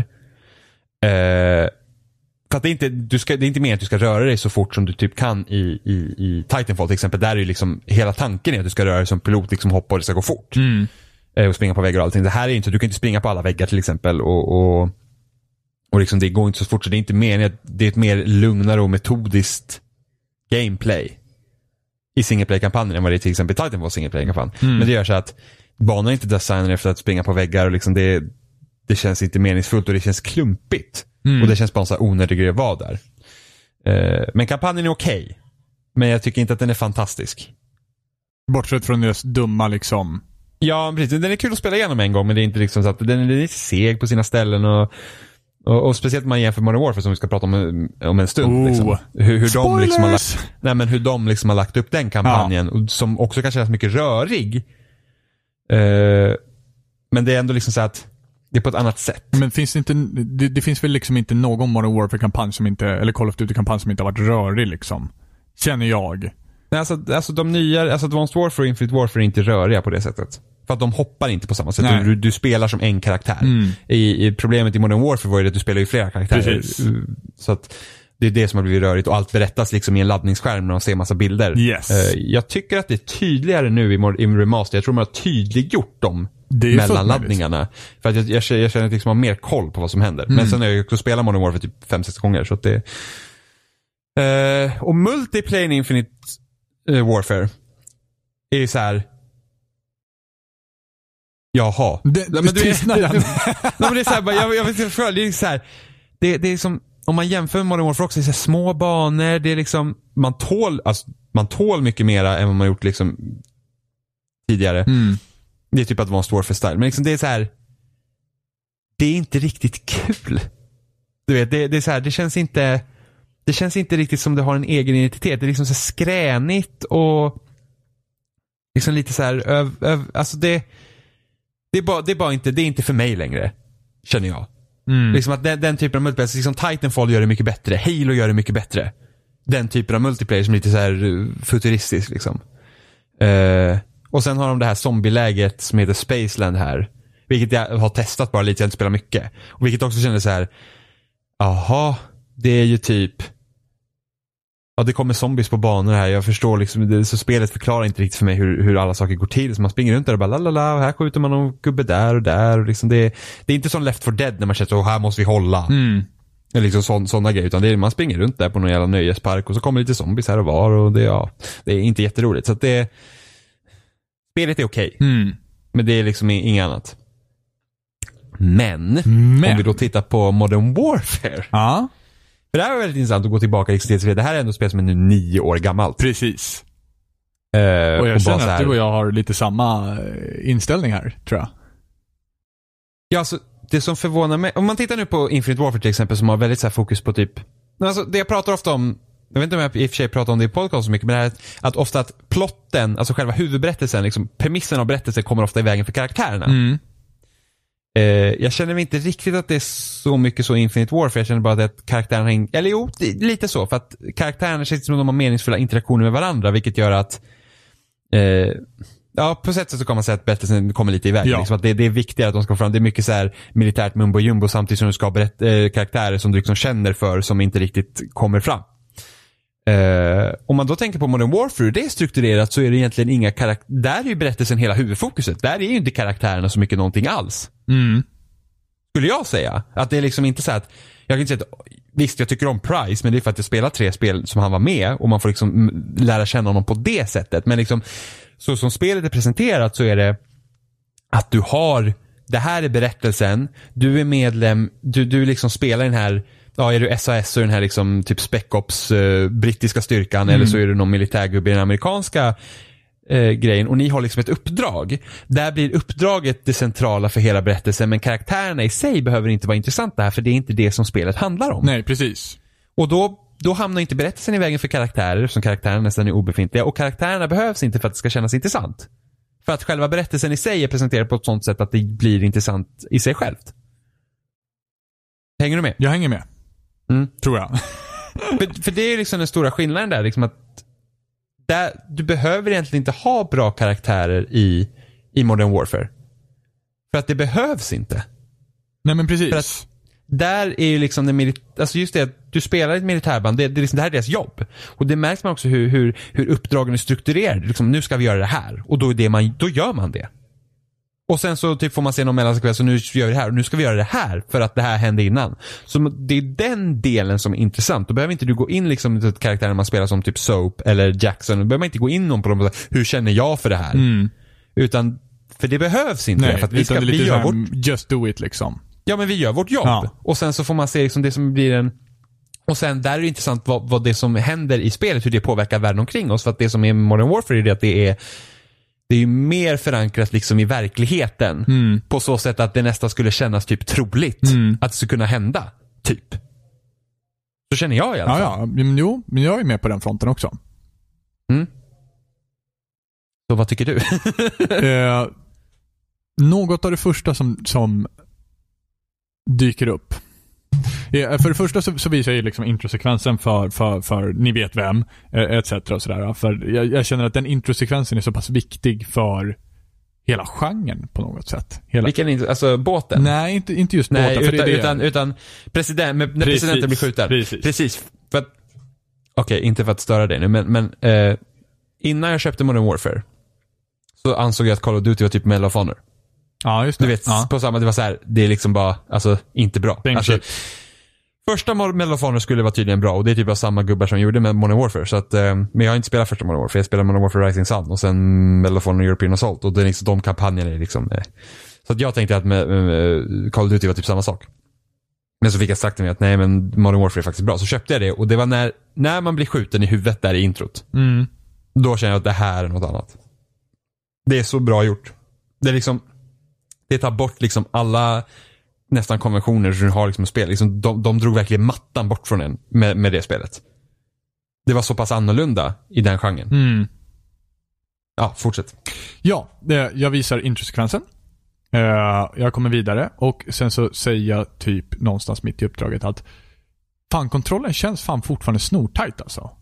Uh, för att det är inte, du ska, det är inte mer att du ska röra dig så fort som du typ kan i, i, i Titanfall till exempel, där är ju liksom hela tanken är att du ska röra dig som pilot, liksom hoppa och det ska gå fort. Mm. Och springa på väggar och allting. Det här är inte, du kan inte springa på alla väggar till exempel, och, och, och liksom det går inte så fort, så det är inte meningen, det är ett mer lugnare och metodiskt gameplay i singleplay-kampanjen än vad det är till exempel i Titanfall singleplay-kampanj. Mm. Men det gör så att banan är inte designade efter att springa på väggar, och liksom det, det känns inte meningsfullt och det känns klumpigt. Mm. Och det känns bara så här onödig grej att vara där. Uh, men kampanjen är okej. Okay. Men jag tycker inte att den är fantastisk. Bortsett från deras dumma liksom. Ja, precis. Den är kul att spela igenom en gång, men det är inte liksom så att den är lite seg på sina ställen och, och, och speciellt om man jämför Modern Warfare som vi ska prata om om en stund. Oh. Liksom. Hur, hur, de liksom har lagt, nej, men hur de liksom har lagt upp den kampanjen, ja. Och som också kan kännas mycket rörig. Uh, men det är ändå liksom så att det är på ett annat sätt. Men finns det inte, det, det finns väl liksom inte någon Modern Warfare-kampanj som inte, eller Call of Duty-kampanj som inte har varit rörig liksom. Känner jag. Nej, alltså, alltså de nya, alltså Advanced Warfare och Infinite Warfare är inte röriga på det sättet. För att de hoppar inte på samma sätt. Du, du spelar som en karaktär. Mm. I, I problemet i Modern Warfare var ju att du spelar ju flera karaktärer. Precis. Så att det är det som har blivit rörigt och allt berättas liksom i en laddningsskärm när de ser massa bilder. Yes. Uh, jag tycker att det är tydligare nu i, i Remaster. Jag tror man har tydliggjort dem mellan laddningarna. För att jag, jag, jag, jag känner att jag liksom har mer koll på vad som händer. Mm. Men sen har jag ju också spelat Modern Warfare typ fem sex gånger. Så att det, uh, och multiplayer Infinite uh, Warfare är ju så här. Jaha. Det, ja, men du är nej, men det är så här, jag, jag vet inte för det är så här. Det, det är som om man jämför med Modern Warfare också, det är så här, små banor, det är liksom man tål alltså, man tål mycket mera än vad man gjort liksom tidigare. Mm. Det är typ Advanced Warfare style, men liksom det är så här. Det är inte riktigt kul. Du vet, det, det är så här, det känns inte det känns inte riktigt som det har en egen identitet. Det är liksom så skränigt och liksom lite så här öv, öv, alltså det Det är, bara, det är bara inte, det är inte för mig längre, känner jag. Mm. Liksom att den, den typen av multiplayer, liksom Titanfall gör det mycket bättre, Halo gör det mycket bättre. Den typen av multiplayer som är lite så här futuristisk liksom. Uh, och sen har de det här zombieläget som heter Spaceland här, vilket jag har testat bara lite, jag har inte spelat mycket. Och vilket också känner så här, aha, det är ju typ ja, det kommer zombies på banor här. Jag förstår liksom, det, så spelet förklarar inte riktigt för mig hur, hur alla saker går till. Så man springer runt där och bara lalala, och här skjuter man någon gubbe där och där. Och liksom det, det är inte som Left four Dead när man känner att här måste vi hålla. Mm. Eller liksom sådana grejer. Utan det är, man springer runt där på någon jävla nöjespark och så kommer lite zombies här och var. Och det, ja, det är inte jätteroligt. Så att det, spelet är okej. Okay. Mm. Men det är liksom inget annat. Men, Men, om vi då tittar på Modern Warfare. Ja. För det här var väldigt intressant att gå tillbaka till det. Det här är ändå ett spel som är nu nio år gammalt. Precis. Uh, och jag och känner att du och jag har lite samma inställning här, tror jag. Ja, alltså, det som förvånar mig, om man tittar nu på Infinite Warfare till exempel, som har väldigt så här fokus på typ, alltså det jag pratar ofta om, jag vet inte om jag i och för sig pratar om det i podcast så mycket, men det är att ofta att plotten, alltså själva huvudberättelsen, liksom premissen av berättelsen kommer ofta i vägen för karaktärerna. Mm. Uh, jag känner mig inte riktigt att det är så mycket så Infinite Warfare. Jag känner bara att karaktärerna häng... Eller jo, lite så. För att karaktärerna känns som att de har meningsfulla interaktioner med varandra. Vilket gör att uh, ja, på sätt så kan man säga att berättelsen kommer lite iväg. Ja. Liksom att det, det är viktigare att de ska fram. Det är mycket så här militärt mumbo jumbo samtidigt som du ska ha berätt, uh, karaktärer som du liksom känner för som inte riktigt kommer fram. Uh, om man då tänker på Modern Warfare, det är strukturerat, så är det egentligen inga karaktärer. Där är ju berättelsen hela huvudfokuset. Där är ju inte karaktärerna så mycket någonting alls. Mm. Skulle jag säga. Att det är liksom inte så att, jag kan inte säga att, visst jag tycker om Price, men det är för att jag spelar tre spel som han var med och man får liksom lära känna honom på det sättet. Men liksom, så som spelet är presenterat så är det att du har, det här är berättelsen, du är medlem, du, du liksom spelar den här, ja, är du S A S och den här liksom typ Spec Ops eh, brittiska styrkan, mm. eller så är du någon militärgubbe i den amerikanska eh, grejen, och ni har liksom ett uppdrag. Där blir uppdraget det centrala för hela berättelsen, men karaktärerna i sig behöver inte vara intressanta här, för det är inte det som spelet handlar om. Nej, precis. Och då, då hamnar inte berättelsen i vägen för karaktärer, som karaktärerna nästan är obefintliga, och karaktärerna behövs inte för att det ska kännas intressant. För att själva berättelsen i sig är presenterad på ett sånt sätt att det blir intressant i sig självt. Hänger du med? Jag hänger med. Mm. Tror jag. för, för det är liksom den stora skillnaden där, liksom att där, du behöver egentligen inte ha bra karaktärer i, i Modern Warfare. För att det behövs inte. Nej, men precis. För att där är ju liksom det milit- alltså just det att du spelar i ett militärband, det, det, är liksom, det här är deras jobb. Och det märks man också hur, hur, hur uppdragen är strukturerade. Liksom, nu ska vi göra det här. Och då, är det man, då gör man det. Och sen så typ får man se någon mellansekvens, så nu gör vi det här och nu ska vi göra det här för att det här hände innan. Så det är den delen som är intressant. Då behöver inte du gå in liksom i ett karaktär man spelar som typ Soap eller Jackson. Då behöver man inte gå in någon på dem och säga, hur känner jag för det här? Mm. Utan, för det behövs inte. Nej, för att vi ska, det är lite vi gör vårt... vårt... just do it liksom. Ja, men vi gör vårt jobb. Ja. Och sen så får man se liksom det som blir en... Och sen där är det intressant vad, vad det som händer i spelet, hur det påverkar världen omkring oss. För att det som är Modern Warfare är det att det är Det är ju mer förankrat liksom i verkligheten. Mm. På så sätt att det nästan skulle kännas typ troligt. Mm. Att det skulle kunna hända. Typ. Så känner jag i alla fall. Ja, ja. Men, jo, men jag är med på den fronten också. Mm. Så vad tycker du? eh, något av det första som, som dyker upp. Eh, för det första så, så visar jag liksom introsekvensen för, för, för ni vet vem, eh, et cetera och sådär. För jag, jag känner att den introsekvensen är så pass viktig för hela genren på något sätt. Hela... Vilken inte, alltså båten? Nej, inte, inte just Nej, båten. För utan, det är det. utan, utan president, när Precis. presidenten blir skjuten. Precis. Precis. För att, okej, okay, inte för att störa dig nu, men, men eh, innan jag köpte Modern Warfare så ansåg jag att Call of Duty var typ Medal of Honor. Ja, just det. Du vet, ja. på samma, det var så här, det är liksom bara, alltså, inte bra. Alltså, första Medal of Honor skulle vara tydligen bra och det är typ bara samma gubbar som gjorde med Modern Warfare. Så att, eh, men jag har inte spelat första Modern Warfare. Jag spelade Modern Warfare Rising Sun och sen Medal of Honor European Assault och det är liksom, de kampanjerna är liksom... Eh. Så att jag tänkte att med, med Call of Duty var typ samma sak. Men så fick jag sagt till mig att nej, men Modern Warfare är faktiskt bra. Så köpte jag det och det var när, när man blir skjuten i huvudet där i introt. Mm. Då känner jag att det här är något annat. Det är så bra gjort. Det är liksom... Det tar bort liksom alla... nästan konventioner som du har liksom spel. Liksom, de, de drog verkligen mattan bort från en med, med det spelet. Det var så pass annorlunda i den genren. Mm. Ja, fortsätt. Ja, det, jag visar introsekvensen. Uh, jag kommer vidare och sen så säger jag typ någonstans mitt i uppdraget att fan, kontrollen känns fan fortfarande snortajt alltså.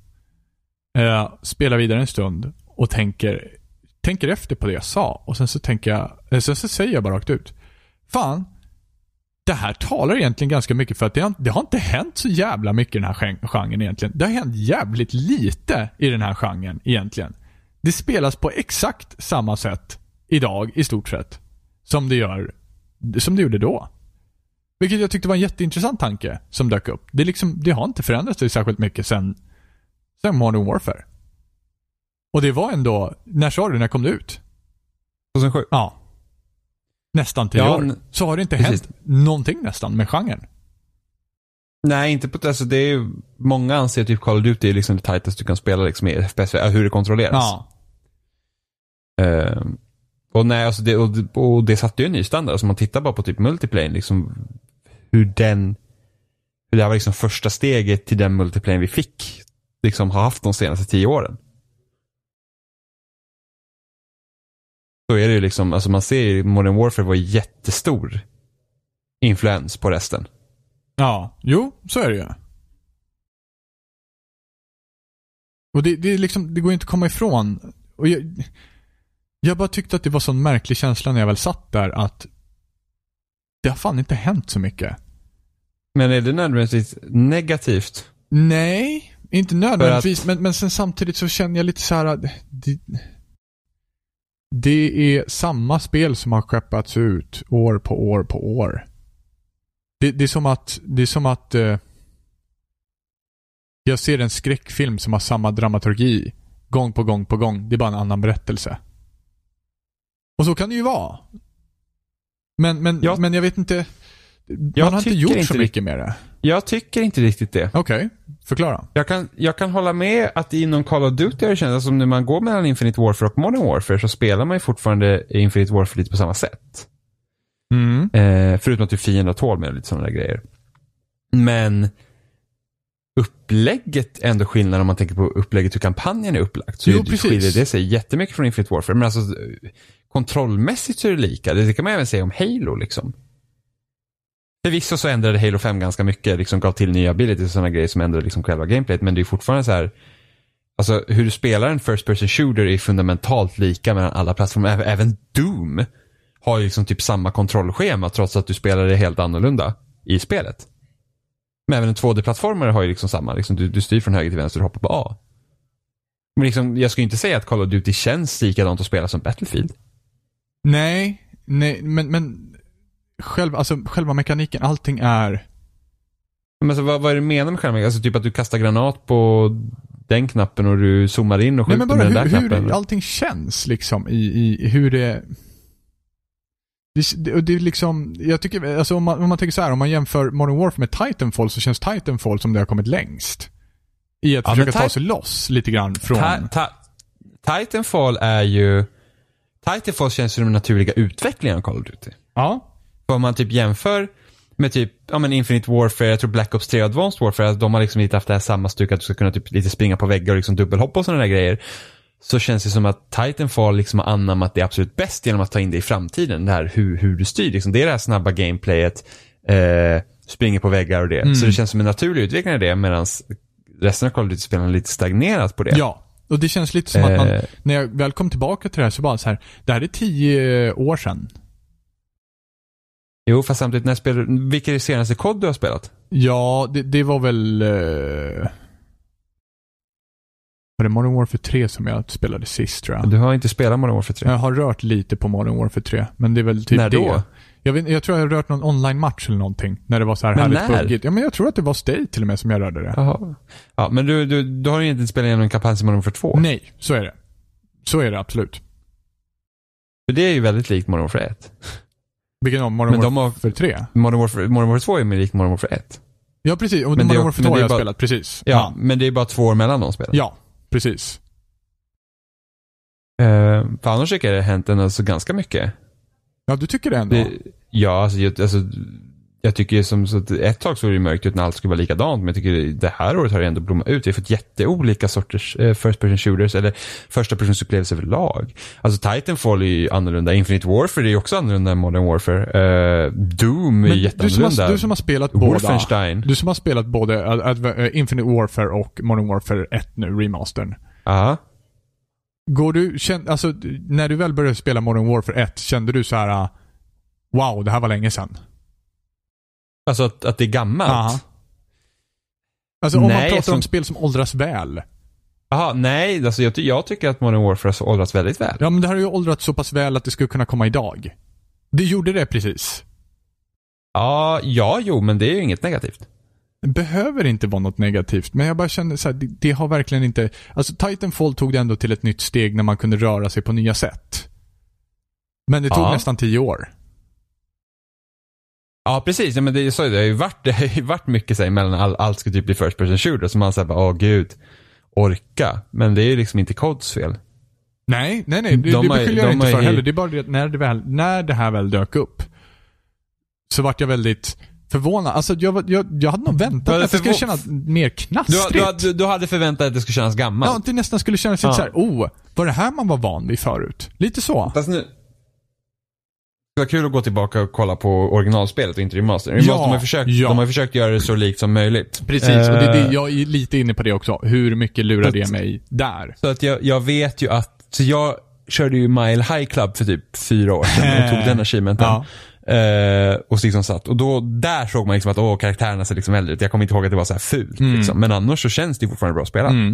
Uh, spelar vidare en stund och tänker tänker efter på det jag sa och sen så tänker jag, sen så säger jag bara rakt ut. Fan, det här talar egentligen ganska mycket för att det har, det har inte hänt så jävla mycket i den här genren egentligen. Det har hänt jävligt lite i den här genren egentligen. Det spelas på exakt samma sätt idag i stort sett som det gör som det gjorde då. Vilket jag tyckte var en jätteintressant tanke som dök upp. Det, liksom, det har inte förändrats sig särskilt mycket sen, sen Modern Warfare. Och det var ändå, när sa du, när kom det ut? tjugohundrasju Ja. Nästan tio ja, år. Så har det inte precis. hänt någonting nästan med genren. Nej, inte på alltså det är ju, många anser typ Call of Duty är liksom det tightest du kan spela liksom i F P S, hur det kontrolleras. Ja. Uh, och nej, alltså det, och, och det satte ju en ny standard. Alltså man tittar bara på typ multiplayer liksom hur den hur det här var liksom första steget till den multiplayer vi fick liksom har haft de senaste tio åren. Så är det ju liksom, alltså man ser ju Modern Warfare var jättestor influens på resten. Ja, jo, så är det ju. Och det, det är liksom, det går inte att komma ifrån. Och jag, jag bara tyckte att det var sån märklig känsla när jag väl satt där att det har fan inte hänt så mycket. Men är det nödvändigtvis negativt? Nej, inte nödvändigtvis. Att... Men, men sen samtidigt så känner jag lite så här att det, det är samma spel som har skeppats ut år på år på år. Det, det är som att det är som att eh, jag ser en skräckfilm som har samma dramaturgi gång på gång på gång. Det är bara en annan berättelse. Och så kan det ju vara. Men, men, jag, men jag vet inte, man har inte gjort inte så mycket rikt- med det. Jag tycker inte riktigt det. Okej, okay. Förklara. Jag kan, jag kan hålla med att inom Call of Duty har det känts som när man går mellan Infinite Warfare och Modern Warfare så spelar man ju fortfarande Infinite Warfare lite på samma sätt. Mm. Eh, förutom att du fiender tål med lite sådana där grejer. Men upplägget är ändå skillnad om man tänker på upplägget hur kampanjen är upplagt. Så jo, det skiljer det sig jättemycket från Infinite Warfare. Men alltså kontrollmässigt så är det lika. Det kan man även säga om Halo liksom. Förvisso så ändrade Halo fem ganska mycket, liksom gav till nya abilities och sådana grejer som ändrade liksom själva gameplayet, men det är fortfarande så här, alltså hur du spelar en first person shooter är fundamentalt lika mellan alla plattformar. Även Doom har ju liksom typ samma kontrollschema trots att du spelar det helt annorlunda i spelet. Men även en två D-plattformare har ju liksom samma, liksom du, du styr från höger till vänster och hoppar på A. Men liksom, jag skulle inte säga att Call of Duty känns likadant att spela som Battlefield. Nej, nej, men, men Själv, alltså, själva mekaniken, allting är... Men alltså, vad, vad är det du menar med själva mekaniken? Alltså typ att du kastar granat på den knappen och du zoomar in och skjuter med den där hur, knappen. Hur allting känns liksom i, i, i hur det... Det, det är liksom... Jag tycker, alltså om man, om man tänker så här, om man jämför Modern Warfare med Titanfall så känns Titanfall som det har kommit längst. I att ja, försöka ta sig loss lite grann från... Ta, ta, Titanfall är ju... Titanfall känns som den naturliga utvecklingen av Call of Duty. Ja. För om man typ jämför med typ, ja men Infinite Warfare, jag tror Black Ops tre och Advanced Warfare, att de har liksom lite haft det här samma stycke att du ska kunna typ lite springa på väggar och liksom dubbelhoppa och sådana där grejer. Så känns det som att Titanfall liksom har anammat det absolut bäst genom att ta in det i framtiden. Det här hur, hur du styr. Liksom. Det är det här snabba gameplayet. Eh, springer på väggar och det. Mm. Så det känns som en naturlig utveckling av det, medan resten av Call of Duty-spelarna lite stagnerat på det. Ja, och det känns lite som eh. att man, när jag väl kom tillbaka till det här så bara så här, det här är tio år sedan. Jo, fast samtidigt, när spelar, vilka är det senaste C O D du har spelat? Ja, det, det var väl... Uh... Var det Modern Warfare tre som jag spelade sist, tror jag? Du har inte spelat Modern Warfare tre? Jag har rört lite på Modern Warfare tre, men det är väl typ när då? det. Jag, vet, jag tror jag har rört någon online-match eller någonting, när det var så här men härligt buggigt. Ja, men jag tror att det var Stay till och med som jag rörde det. Jaha. Ja, men du, du, du har ju inte spelat igenom en kampanj som Modern Warfare två? Nej, så är det. Så är det absolut. För det är ju väldigt likt Modern Warfare ett. Vilken om Modern men Warfare har, tre? Modern Warfare, Modern Warfare två är mer likt Modern Warfare ett. Ja, precis. Och men Modern det, Warfare två har jag bara, spelat, precis. Ja, ja, men det är bara två år mellan de spelen. Ja, precis. Uh, för annars tycker jag det har hänt ändå så ganska mycket. Ja, du tycker det ändå? Det, ja, alltså jag, alltså jag tycker som så att ett tag så är det mörkt ut när allt skulle vara likadant, men jag tycker det här året har det ändå blommat ut. Vi har fått jätteolika sorters eh, first person shooters eller första persons upplevelse överlag. Alltså Titanfall är ju annorlunda, Infinite Warfare är ju också annorlunda än Modern Warfare. Uh, Doom är jätteannorlunda. Du som har, du som har spelat Wolfenstein. båda. Du som har spelat både uh, Infinite Warfare och Modern Warfare ett nu, remastern. Ja. Går du, alltså, när du väl började spela Modern Warfare ett, kände du så här: wow, det här var länge sedan? Alltså att, att det är gammalt? Aha. Alltså om nej, man pratar som... om spel som åldras väl. Jaha, nej, alltså jag, jag tycker att Modern Warfare har åldrats väldigt väl. Ja, men det har ju åldrats så pass väl att det skulle kunna komma idag. Det gjorde det precis. Ja, ja, jo, men det är ju inget negativt. Det behöver inte vara något negativt, men jag bara känner så här, det, det har verkligen inte, alltså Titanfall tog det ändå till ett nytt steg när man kunde röra sig på nya sätt. Men det tog ja. nästan tio år. Ja, precis. Ja, men det, så, det har ju varit, det har ju varit mycket så här, mellan all, allt ska typ bli first person shooter, så man säger, åh gud, orka. Men det är ju liksom inte Cods fel. Nej, nej, nej. Det, de det beskyller jag de inte för heller. Det är bara det att när det, väl, när det här väl dök upp så vart jag väldigt förvånad. Alltså jag, jag, jag hade nog väntat att det skulle kännas mer knastrigt. Du, du, du hade förväntat att det skulle kännas gammalt. Ja, att det nästan skulle kännas ja. lite så här, oh, var det här man var van vid förut? Lite så. Fast nu det var kul att gå tillbaka och kolla på originalspelet och inte remaster. Ja, de har försökt, ja. de har försökt göra det så likt som möjligt. Precis, uh, och det är det, jag är lite inne på det också. Hur mycket lurade det mig där? Så att jag, jag vet ju att, så jag körde ju Mile High Club för typ fyra år sedan och tog den achievementen. Ja. Uh, och liksom satt. Och då, där såg man liksom att åh, karaktärerna ser liksom äldre ut. Jag kommer inte ihåg att det var så här fult. Mm. Liksom. Men annars så känns det fortfarande bra att spela. Mm.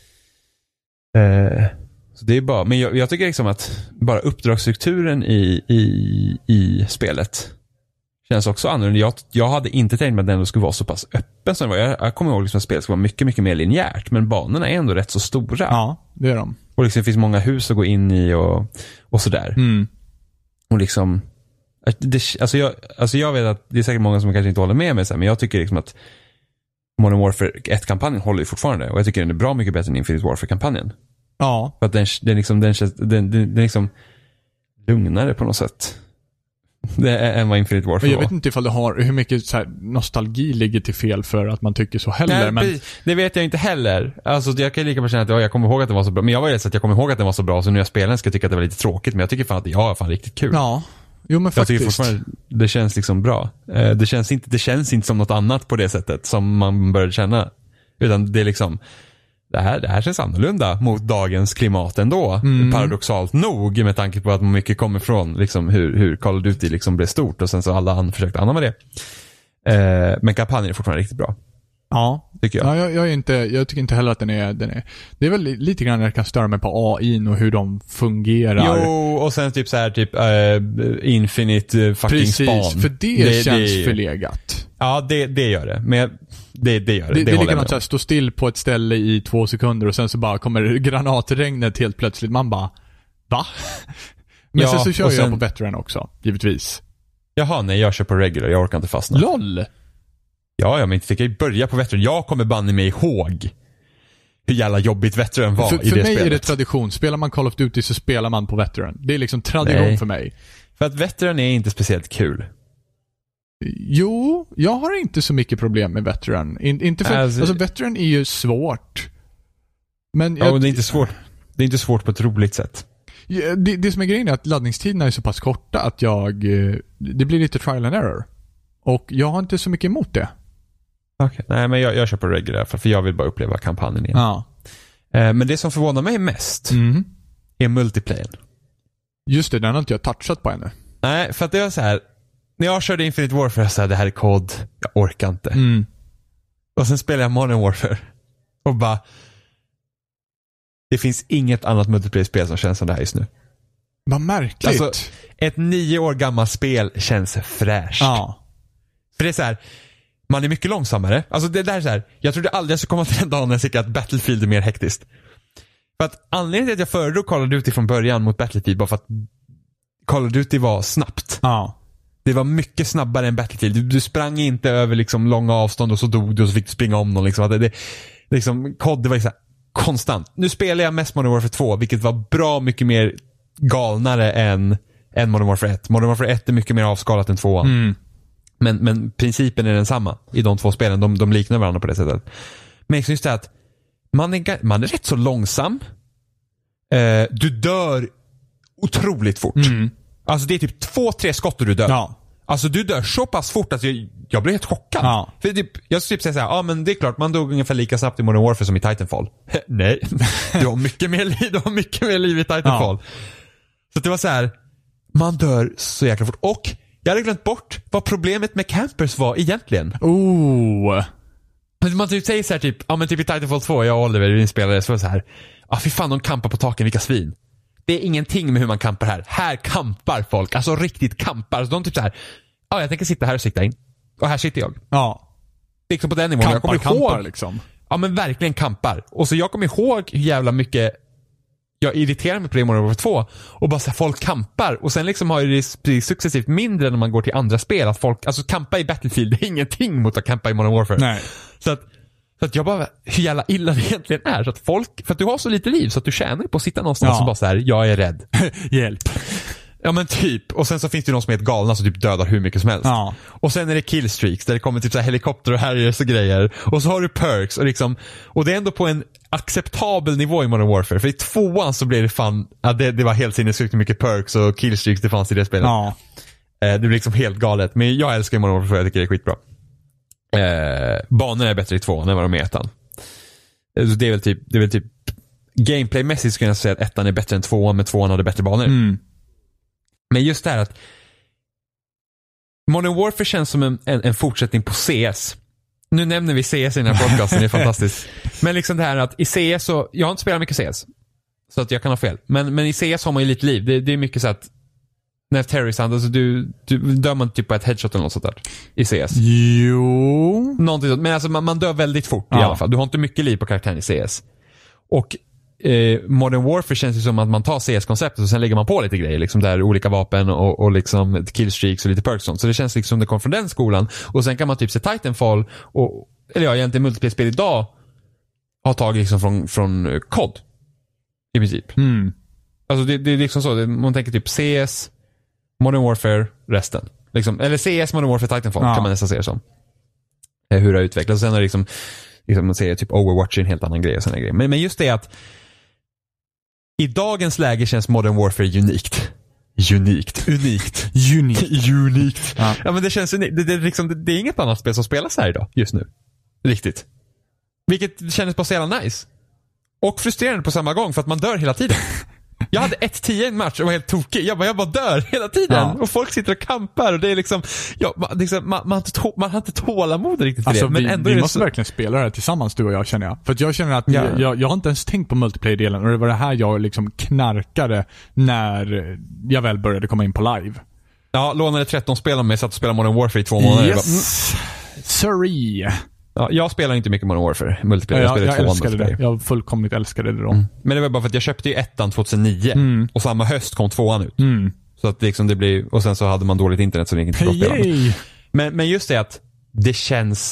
Uh, så det är bara, men jag, jag tycker liksom att bara uppdragsstrukturen i, i, i spelet känns också annorlunda. Jag, jag hade inte tänkt mig att den ändå skulle vara så pass öppen som det var. Jag, jag kommer ihåg liksom att spelet skulle vara mycket, mycket mer linjärt. Men banorna är ändå rätt så stora. Ja, det är de. Och liksom, det finns många hus att gå in i och, och sådär. Mm. Och liksom det, alltså, jag, alltså jag vet att det är säkert många som kanske inte håller med mig, men jag tycker liksom att Modern Warfare ett-kampanjen håller ju fortfarande. Och jag tycker den är bra mycket bättre än Infinite Warfare-kampanjen. Ja. För att den, den, liksom, den, känns, den, den, den liksom lugnare på något sätt. Det är än vad Infinite Warfare jag vet inte ifall det har, hur mycket så här nostalgi ligger till fel för att man tycker så heller. Nej, men... det vet jag inte heller. Alltså jag kan lika bara känna att ja, jag kommer ihåg att den var så bra. Men jag var ju så att jag kommer ihåg att den var så bra, så nu jag spelar den ska jag tycka att det var lite tråkigt. Men jag tycker fan att det ja, fan riktigt kul. Ja, jo men faktiskt. Jag tycker fortfarande det känns liksom bra. Det känns inte, det känns inte som något annat på det sättet som man började känna. Utan det är liksom Det här, det här känns annorlunda mot dagens klimat ändå. Mm. Paradoxalt nog, med tanke på att mycket kommer från liksom, hur, hur Call of Duty liksom blev stort och sen så alla an, försökte anamma det. Eh, men kampanjen är fortfarande riktigt bra. Ja, tycker jag. Ja, jag, jag, är inte, jag tycker inte heller att den är, den är... Det är väl lite grann när jag kan störa mig på A I och hur de fungerar. Jo, och sen typ så här typ uh, Infinite fucking Precis, spawn. Precis, för det, det känns det, förlegat. Ja, det, det gör det. Men det, det gör det. Det, det, det är likadant så här, stå still på ett ställe i två sekunder och sen så bara kommer granatregnet helt plötsligt. Man bara, va? Men ja, sen så kör sen, jag på Veteran också, givetvis. Jaha, nej, jag kör på regular. Jag orkar inte fastna. LOL! Ja, ja, men inte fick jag börja på Veteran. Jag kommer banne mig ihåg hur jävla jobbigt veteran var för, i det för mig spelet. är det tradition. Spelar man Call of Duty så spelar man på veteran. Det är liksom tradition Nej. för mig. För att veteran är inte speciellt kul. Jo, jag har inte så mycket problem med veteran. In, inte för, alltså, alltså veteran är ju svårt. Men, ja, jag, men det är inte svårt. Det är inte svårt på ett roligt sätt. Det, det som är grejen är att laddningstiderna är så pass korta att jag, det blir lite trial and error. Och jag har inte så mycket emot det. Okej, okay. Nej men jag, jag köper regular för, för jag vill bara uppleva kampanjen igen. Ja. Eh, men det som förvånar mig mest mm. är multiplayer. Just det, den har inte jag touchat på ännu. Nej, för att det var så här. När jag körde Infinite Warfare så här, det här är kod, jag orkar inte. Mm. Och sen spelade jag Modern Warfare och bara, det finns inget annat multiplayer-spel som känns som det här just nu. Vad märkligt. Alltså, ett nio år gammalt spel känns fräscht. Ja. För det är så här, man är mycket långsammare. Alltså det där är så här, jag trodde aldrig jag skulle komma till den dagen när jag tycker att Battlefield är mer hektiskt. För att anledningen till att jag föredrog Call of Duty från början mot Battlefield var för att Call of Duty var snabbt. Ja. Det var mycket snabbare än Battlefield. Du, du sprang inte över liksom långa avstånd och så dog du och så fick du springa om någon. Liksom. Det, det, liksom, C O D, det var liksom konstant. Nu spelar jag mest Modern Warfare två, vilket var bra mycket mer galnare än, än Modern Warfare ett. Modern Warfare ett är mycket mer avskalat än tvåan. Mm. Men, men principen är densamma i de två spelen. De, de liknar varandra på det sättet. Men just det att man är, man är rätt så långsam. Eh, du dör otroligt fort. Mm. Alltså det är typ två, tre skott och du dör. Ja. Alltså du dör så pass fort att jag, jag blir helt chockad. Ja. För typ, jag skulle typ säga såhär, ja ah, men det är klart man dog ungefär lika snabbt i Modern Warfare som i Titanfall. Nej, du har mycket mer liv, du har mycket mer liv i Titanfall. Ja. Så det var så här, man dör så jäkla fort. Och jag hade glömt bort vad problemet med campers var egentligen. Oh. Man typ säger så här typ, ja men typ i Titanfall två, jag och Oliver, vi spelade så var det så här, ja ah, fy fan de kampar på taken, vilka svin. Det är ingenting med hur man kampar här. Här kampar folk, alltså riktigt kampar. Så de typ så här, ja jag tänker sitta här och sikta in. Och här sitter jag. Ja. Liksom på den nivån. Kampar, jag kommer kampar ihåg, liksom. Ja men verkligen kampar. Och så jag kommer ihåg hur jävla mycket jag irriterar mig på det i Modern Warfare två. Och bara så här, folk kampar. Och sen liksom har det successivt mindre när man går till andra spel. Att folk, alltså kampa i Battlefield, det är ingenting mot att kampa i Modern Warfare. Nej. Så att Så att jag bara, hur jävla illa det egentligen är. Så att folk, för att du har så lite liv så att du tjänar på att sitta någonstans ja. och bara så här, jag är rädd. Hjälp. Ja men typ. Och sen så finns det ju någon som är helt galna som typ dödar hur mycket som helst. Ja. Och sen är det killstreaks där det kommer typ så här helikopter och harriers och grejer. Och så har du perks och liksom, och det är ändå på en acceptabel nivå i Modern Warfare. För i tvåan så blev det fan, ja, det, det var helt sinnessjukt mycket perks och killstreaks det fanns i det spelet. Ja. Eh, det blir liksom helt galet. Men jag älskar Modern Warfare för jag tycker det är skitbra. Eh, banorna är bättre i tvåan än vad de är i ettan. Det är väl typ, det är väl typ gameplaymässigt skulle jag säga att ettan är bättre än tvåan, men tvåan hade bättre banor. Mm. Men just det här att Modern Warfare känns som en, en, en fortsättning på C S. Nu nämner vi C S i den här podcasten, det är fantastiskt. Men liksom det här att i C S så, jag har inte spelat mycket C S. Så att jag kan ha fel. Men, men i C S har man ju lite liv. Det, det är mycket så att när terrorist alltså du, du dör man typ på ett headshot eller något sånt där i C S. Jo. Någonting sånt. Men alltså man, man dör väldigt fort ja. i alla fall. Du har inte mycket liv på karaktären i C S. Och eh, Modern Warfare känns ju som att man tar C S-konceptet och sen lägger man på lite grejer. Liksom där olika vapen och, och liksom killstreaks och lite perks och sånt. Så det känns liksom som det kom från den skolan. Och sen kan man typ se Titanfall och, eller ja, egentligen multiplayer-spel idag har tagit liksom från, från C O D. I princip. Mm. Alltså det, det är liksom så. Det, man tänker typ C S, Modern Warfare, resten. Liksom, eller C S, Modern Warfare, Titanfall ja. kan man nästan se det som. Eh, hur det har utvecklats. Och sen har det liksom, liksom man ser typ Overwatch en helt annan grej och såna grejer. Men, men just det att i dagens läge känns Modern Warfare unikt. Unikt. Unikt. Unikt. Unikt. Ja. ja men det känns unikt. Det, det, liksom, det, det är inget annat spel som spelas här idag just nu. Riktigt. Vilket kändes bara så jävla nice. Och frustrerande på samma gång för att man dör hela tiden. Jag hade ett tio i en match och var helt tokig. Jag bara, jag bara dör hela tiden. Ja. Och folk sitter och kampar och det är liksom, ja, man, liksom man, man, har, inte tå, man har inte tålamod riktigt för alltså, det. Men vi, ändå vi är det måste så... verkligen spela det här tillsammans, du och jag, känner jag. För att jag känner att ja. jag, jag, jag har inte ens tänkt på multiplayer-delen och det var det här jag liksom knarkade när jag väl började komma in på live. Ja, lånade tretton spel om mig, satt och spelade Modern Warfare i två månader. Yes. Bara, mm. Sorry. Ja, jag spelar inte mycket Modern Warfare multiplayer. Jag, jag, jag älskade det. Jag fullkomligt älskade det då. Mm. Men det var bara för att jag köpte ju ettan tjugohundranio mm. och samma höst kom tvåan ut. Mm. Så att liksom det blir, och sen så hade man dåligt internet så det gick inte att spela. Men, men just det att det känns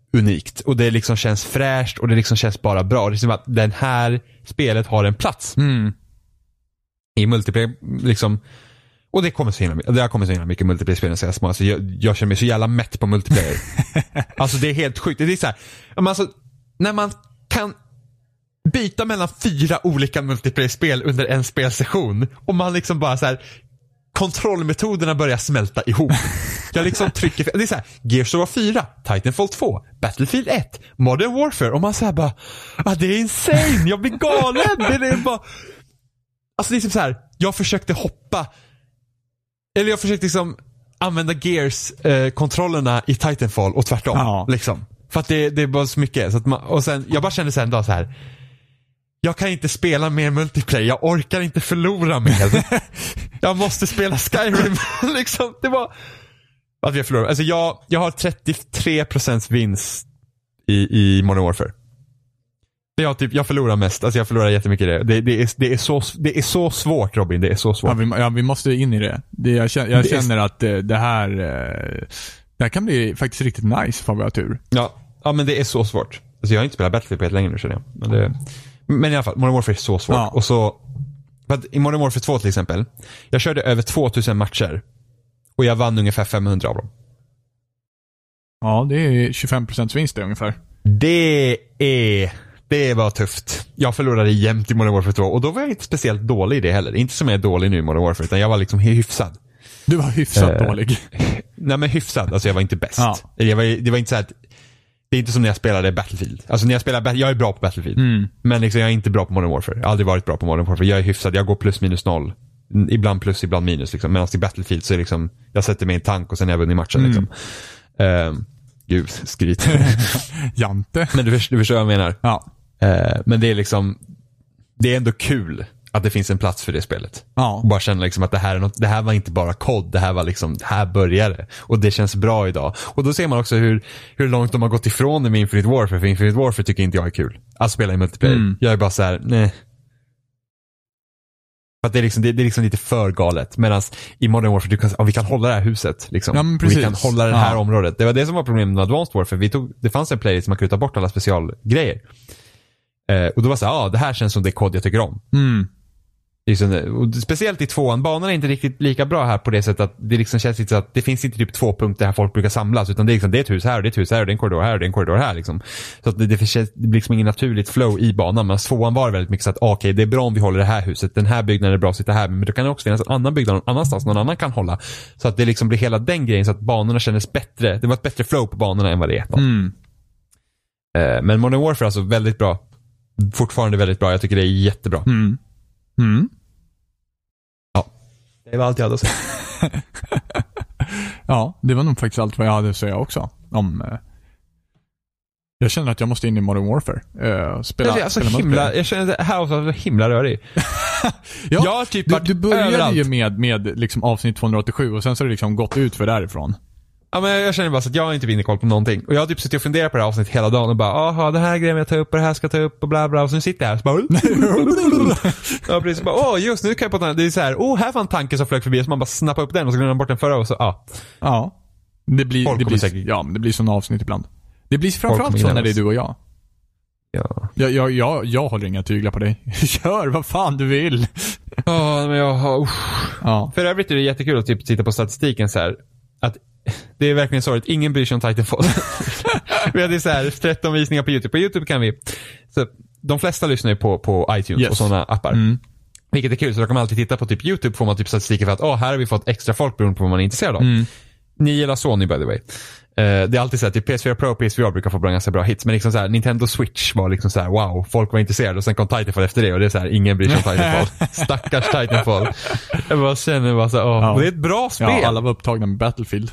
unikt. Och det liksom känns fräscht och det liksom känns bara bra. Det är som att den här spelet har en plats. Mm. I multiplayer liksom. Och det kommer så himla, det har kommit så himla mycket multiplayer-spel så jag, alltså, jag, jag känner mig så jävla mätt på multiplayer. Alltså det är helt sjukt. Det är så här, alltså, när man kan byta mellan fyra olika multiplayer-spel under en spelsession och man liksom bara så här, kontrollmetoderna börjar smälta ihop. Jag liksom trycker, det är så här, Gears of War fyra, Titanfall två, Battlefield ett, Modern Warfare och man säger bara, ah, det är insane, jag blir galen. Det är bara, alltså det är som så här, jag försökte hoppa eller jag försökte liksom använda Gears-kontrollerna eh, i Titanfall och tvärtom. Ja. Liksom. För att det, det är bara så mycket. Så att man, och sen, jag bara kände sen en dag så här. Jag kan inte spela mer multiplayer. Jag orkar inte förlora mer. Jag måste spela Skyrim. liksom. Det var att vi förlorar. Alltså jag, jag har trettiotre procent vinst i, i Modern Warfare. Jag, typ, jag förlorar mest. Alltså jag förlorar jättemycket i det. Det, det, är, det, är så, det är så svårt, Robin. Det är så svårt. Ja, vi, ja, vi måste in i det. det jag känner, jag det känner är... att det, det här det här kan bli faktiskt riktigt nice för att vi har tur. Ja, ja, men det är så svårt. Alltså jag har inte spelat Battlefield på ett längre nu, känner jag. Men, det, men i alla fall, Modern Warfare är så svårt. Ja. Och så, för att i Modern Warfare två till exempel, jag körde över tvåtusen matcher och jag vann ungefär femhundra av dem. Ja, det är tjugofem procent vinst det ungefär. Det är... Det var tufft. Jag förlorade jämt i Modern Warfare två och då var jag inte speciellt dålig i det heller. Inte som jag är dålig nu i Modern Warfare utan jag var liksom hyfsad. Du var hyfsat uh, dålig. Nej men hyfsad, alltså jag var inte bäst. Ja. Jag var, det var inte så att det är inte som när jag spelade Battlefield. Alltså när jag spelar, jag är bra på Battlefield. Mm. Men liksom jag är inte bra på Modern Warfare. Jag har aldrig varit bra på Modern Warfare. Jag är hyfsad, jag går plus minus noll. Ibland plus, ibland minus liksom. Medan i Battlefield så är liksom, jag sätter mig i en tank och sen är jag vunnit matchen mm. liksom. Uh, gud, skryt. Jante. Men du, du förstår vad jag menar. Ja. Uh, men det är liksom, det är ändå kul att det finns en plats för det spelet. Ja. Och bara känna liksom att det här, är något, det här var inte bara kod, det här var liksom, det här började. Och det känns bra idag. Och då ser man också hur, hur långt de har gått ifrån det med Infinite Warfare. För Infinite Warfare tycker inte jag är kul att spela i multiplayer. Mm. Jag är bara så här, nej. För att det är liksom, det, det är liksom lite för galet. Medan i Modern Warfare, du kan, ja, vi kan hålla det här huset. Liksom. Ja, och vi kan hålla det här ja. området. Det var det som var problemet med Advanced Warfare. Vi tog, det fanns en playlist som man kunde ta bort alla specialgrejer. Eh, och då var det så här, ja, det här känns som det kod jag tycker om. Mm. Liksom, och speciellt i tvåan, banan är inte riktigt lika bra här på det sättet att det liksom känns lite så att det finns inte typ två punkter här folk brukar samlas, utan det är liksom, det är ett hus här och det är ett hus här och det är en korridor här och det är en korridor här liksom. Så att det, det, det blir liksom ingen naturligt flow i banan, men tvåan var väldigt mycket så att okej, okay, det är bra om vi håller det här huset, den här byggnaden är bra att sitta här, men det kan också finnas en annan byggnad någon annanstans, någon annan kan hålla. Så att det liksom blir hela den grejen så att banorna kändes bättre, det var ett bättre flow på banorna än vad det är. Mm. Eh, men Modern Warfare alltså väldigt bra. Fortfarande väldigt bra, jag tycker det är jättebra. Mm. Mm. Det var allt jag hade att säga. Ja, det var nog faktiskt allt vad jag hade att säga också. Om, eh, jag känner att jag måste in i Modern Warfare. Eh, spela, det är alltså spela himla, jag känner att det här avsnittet är himla rörig. ja, jag har typ du, du började överallt. ju med, med liksom avsnitt tvåhundraåttiosju och sen så har det liksom gått ut för därifrån. Ja, men jag känner bara så att jag har inte vinner koll på någonting. Och jag har typ suttit och funderat på det här avsnittet hela dagen och bara, aha, det här grejen jag tar upp och det här ska jag ta upp och bla bla. Och så sitter jag här och så bara, ja, precis, bara, åh, just nu kan jag på den. Det är så här, åh, här var en tanke som flög förbi, så man bara snappar upp den och så glömmer man bort den förra och så, ja. Ja, det blir, det blir, säkert... ja, det blir sådana avsnitt ibland. Det blir framförallt så när det är du och jag. Ja. Jag, jag, jag, jag håller inga tyglar på dig. Kör, vad fan du vill. Ja, men jag har... Ja. För övrigt är det jättekul att typ titta på statistiken så här, att det är verkligen sorgligt. Ingen bryr sig om Titanfall. Vi hade så här tretton visningar på YouTube. På YouTube kan vi... Så de flesta lyssnar ju på, på iTunes yes. och sådana appar. Mm. Vilket är kul. Så då kan man alltid titta på typ YouTube. Får man typ statistiken för att åh, här har vi fått extra folk beroende på vad man är intresserad av. Mm. Ni gillar Sony, by the way. Uh, det är alltid så här, typ P S fyra Pro och P S fyra brukar få bra, ganska bra hits. Men liksom så här, Nintendo Switch var liksom så här, wow, folk var intresserade. Och sen kom Titanfall efter det. Och det är så här, ingen bryr sig om Titanfall. Stackars Titanfall. Jag bara känner bara så här, åh. Ja. Och det är ett bra spel. Ja, alla var upptagna med Battlefield.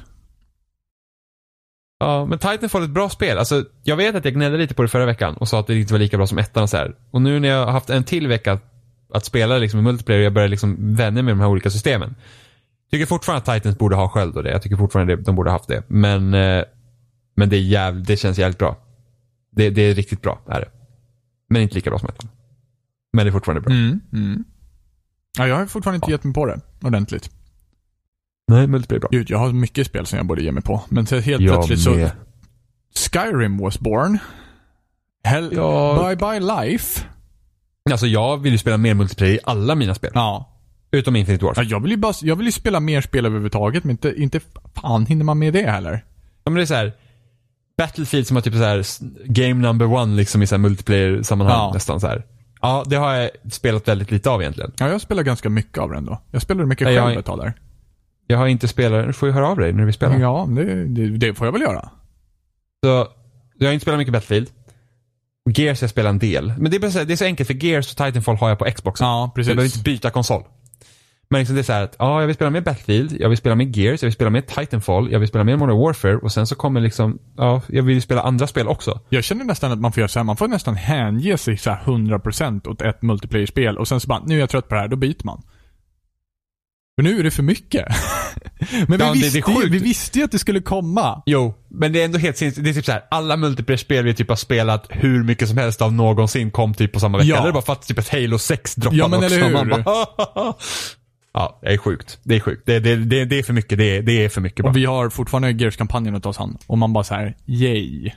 Ja, men Titanfall är ett bra spel. Alltså, jag vet att jag gnällde lite på det förra veckan och sa att det inte var lika bra som ettan och så här. Och nu när jag har haft en till vecka att spela liksom i multiplayer och jag börjar liksom vänja med de här olika systemen. Tycker fortfarande att Titans borde ha sköld och det. Jag tycker fortfarande att de borde ha haft det. Men, eh, men det, är jäv, det känns jävligt bra. Det, det är riktigt bra, är det. Men inte lika bra som ettan. Men det är fortfarande bra. Mm, mm. Ja, jag har fortfarande inte ja. gett mig på det ordentligt. Nej, multiplayer är bra. Gud, jag har mycket spel som jag borde ge mig på. Men så helt jag plötsligt så, Skyrim was born. Hell, ja. Bye Bye Life. Alltså jag vill ju spela mer multiplayer i alla mina spel. Ja. Utom Infinite Warfare. Ja, jag vill ju bara, jag vill ju spela mer spel överhuvudtaget, men inte, inte fan hinner man med det heller. Ja, men det är så här Battlefield som har typ så här game number one liksom i så här multiplayer sammanhang ja. nästan så här. Ja, det har jag spelat väldigt lite av egentligen. Ja, jag spelar ganska mycket av den då. Jag spelar mycket Nej, själv jag, ett tag där. Jag har inte spelat, du får ju höra av dig när vi spelar. Ja, det, det, det får jag väl göra. Så, jag har inte spelat mycket Battlefield. Gears jag spelar en del. Men det är, så, det är så enkelt, för Gears och Titanfall har jag på Xbox. Ja, precis. Jag behöver inte byta konsol. Men liksom det är så här att, ja, jag vill spela med Battlefield, jag vill spela med Gears, jag vill spela med Titanfall, jag vill spela med Modern Warfare, och sen så kommer liksom, ja, jag vill spela andra spel också. Jag känner nästan att man får göra så här, man får nästan hänge sig så här hundra procent åt ett multiplayer-spel, och sen så bara, nu är jag trött på det här, då byter man. Men nu är det för mycket. Men ja, vi, visste det, det ju, vi visste ju att det skulle komma. Jo, men det är ändå helt sinnes. Det är typ så här, alla multiplayer-spel vi typ har spelat hur mycket som helst av någonsin kom typ på samma vecka. Ja. Eller bara för att typ ett Halo sex droppade ja, men också. Eller hur? Man bara, ja, det är sjukt. Det är sjukt. Det, det, det, det är för mycket. Det är, det är för mycket bara. Och vi har fortfarande Gears-kampanjen att ta oss hand. Och man bara så här, yay.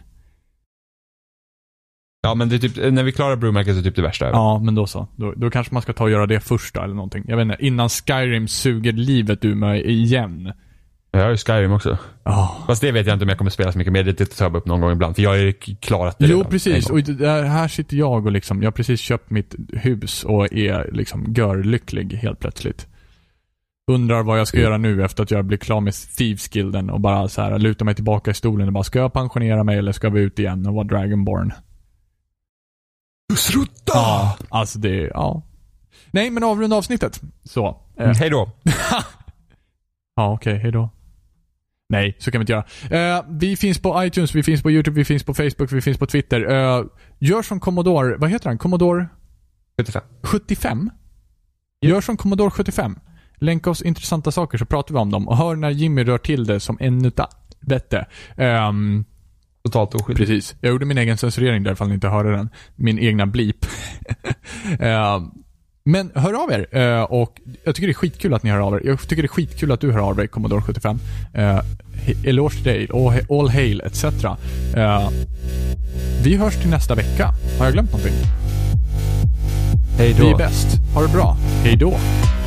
Ja, men det är typ, när vi klarar Brewmaker så är det typ det värsta. Ja, men då så. Då, då kanske man ska ta och göra det först eller någonting. Jag vet inte, innan Skyrim suger livet ur mig igen. Jag har ju Skyrim också. Oh. Fast det vet jag inte om jag kommer spela så mycket mer. Det tar jag upp någon gång ibland. För jag har ju klarat det. Jo, precis. Och här sitter jag och liksom, jag har precis köpt mitt hus och är liksom görlycklig helt plötsligt. Undrar vad jag ska mm. göra nu efter att jag blir klar med Thieves-gilden och bara så här luta mig tillbaka i stolen och bara, ska jag pensionera mig eller ska vi ut igen och vara Dragonborn? Srutta! Ja, alltså det, ja. Nej, men avrunda avsnittet. Så. Mm, hej då. Ja, okej, okay, hej då. Nej, så kan vi inte göra. Uh, vi finns på iTunes, vi finns på YouTube, vi finns på Facebook, vi finns på Twitter. Uh, gör som Commodore, vad heter han? Commodore? sjuttiofem. sjuttiofem? Gör som Commodore sjuttiofem. Länka oss intressanta saker så pratar vi om dem. Och hör när Jimmy rör till det som en utav vette. Um, Totalt oskyldigt. Precis. Jag gjorde min egen censurering där, ifall ni inte hörde den. Min egna bleep. uh, men hör av er. Uh, och jag tycker det är skitkul att ni hör av er. Jag tycker det är skitkul att du hör av dig, Commodore sjuttiofem. Uh, eloge till dig. All hail, et cetera. Uh, vi hörs till nästa vecka. Har jag glömt någonting? Hej då. Vi är bäst. Ha det bra. Hej då.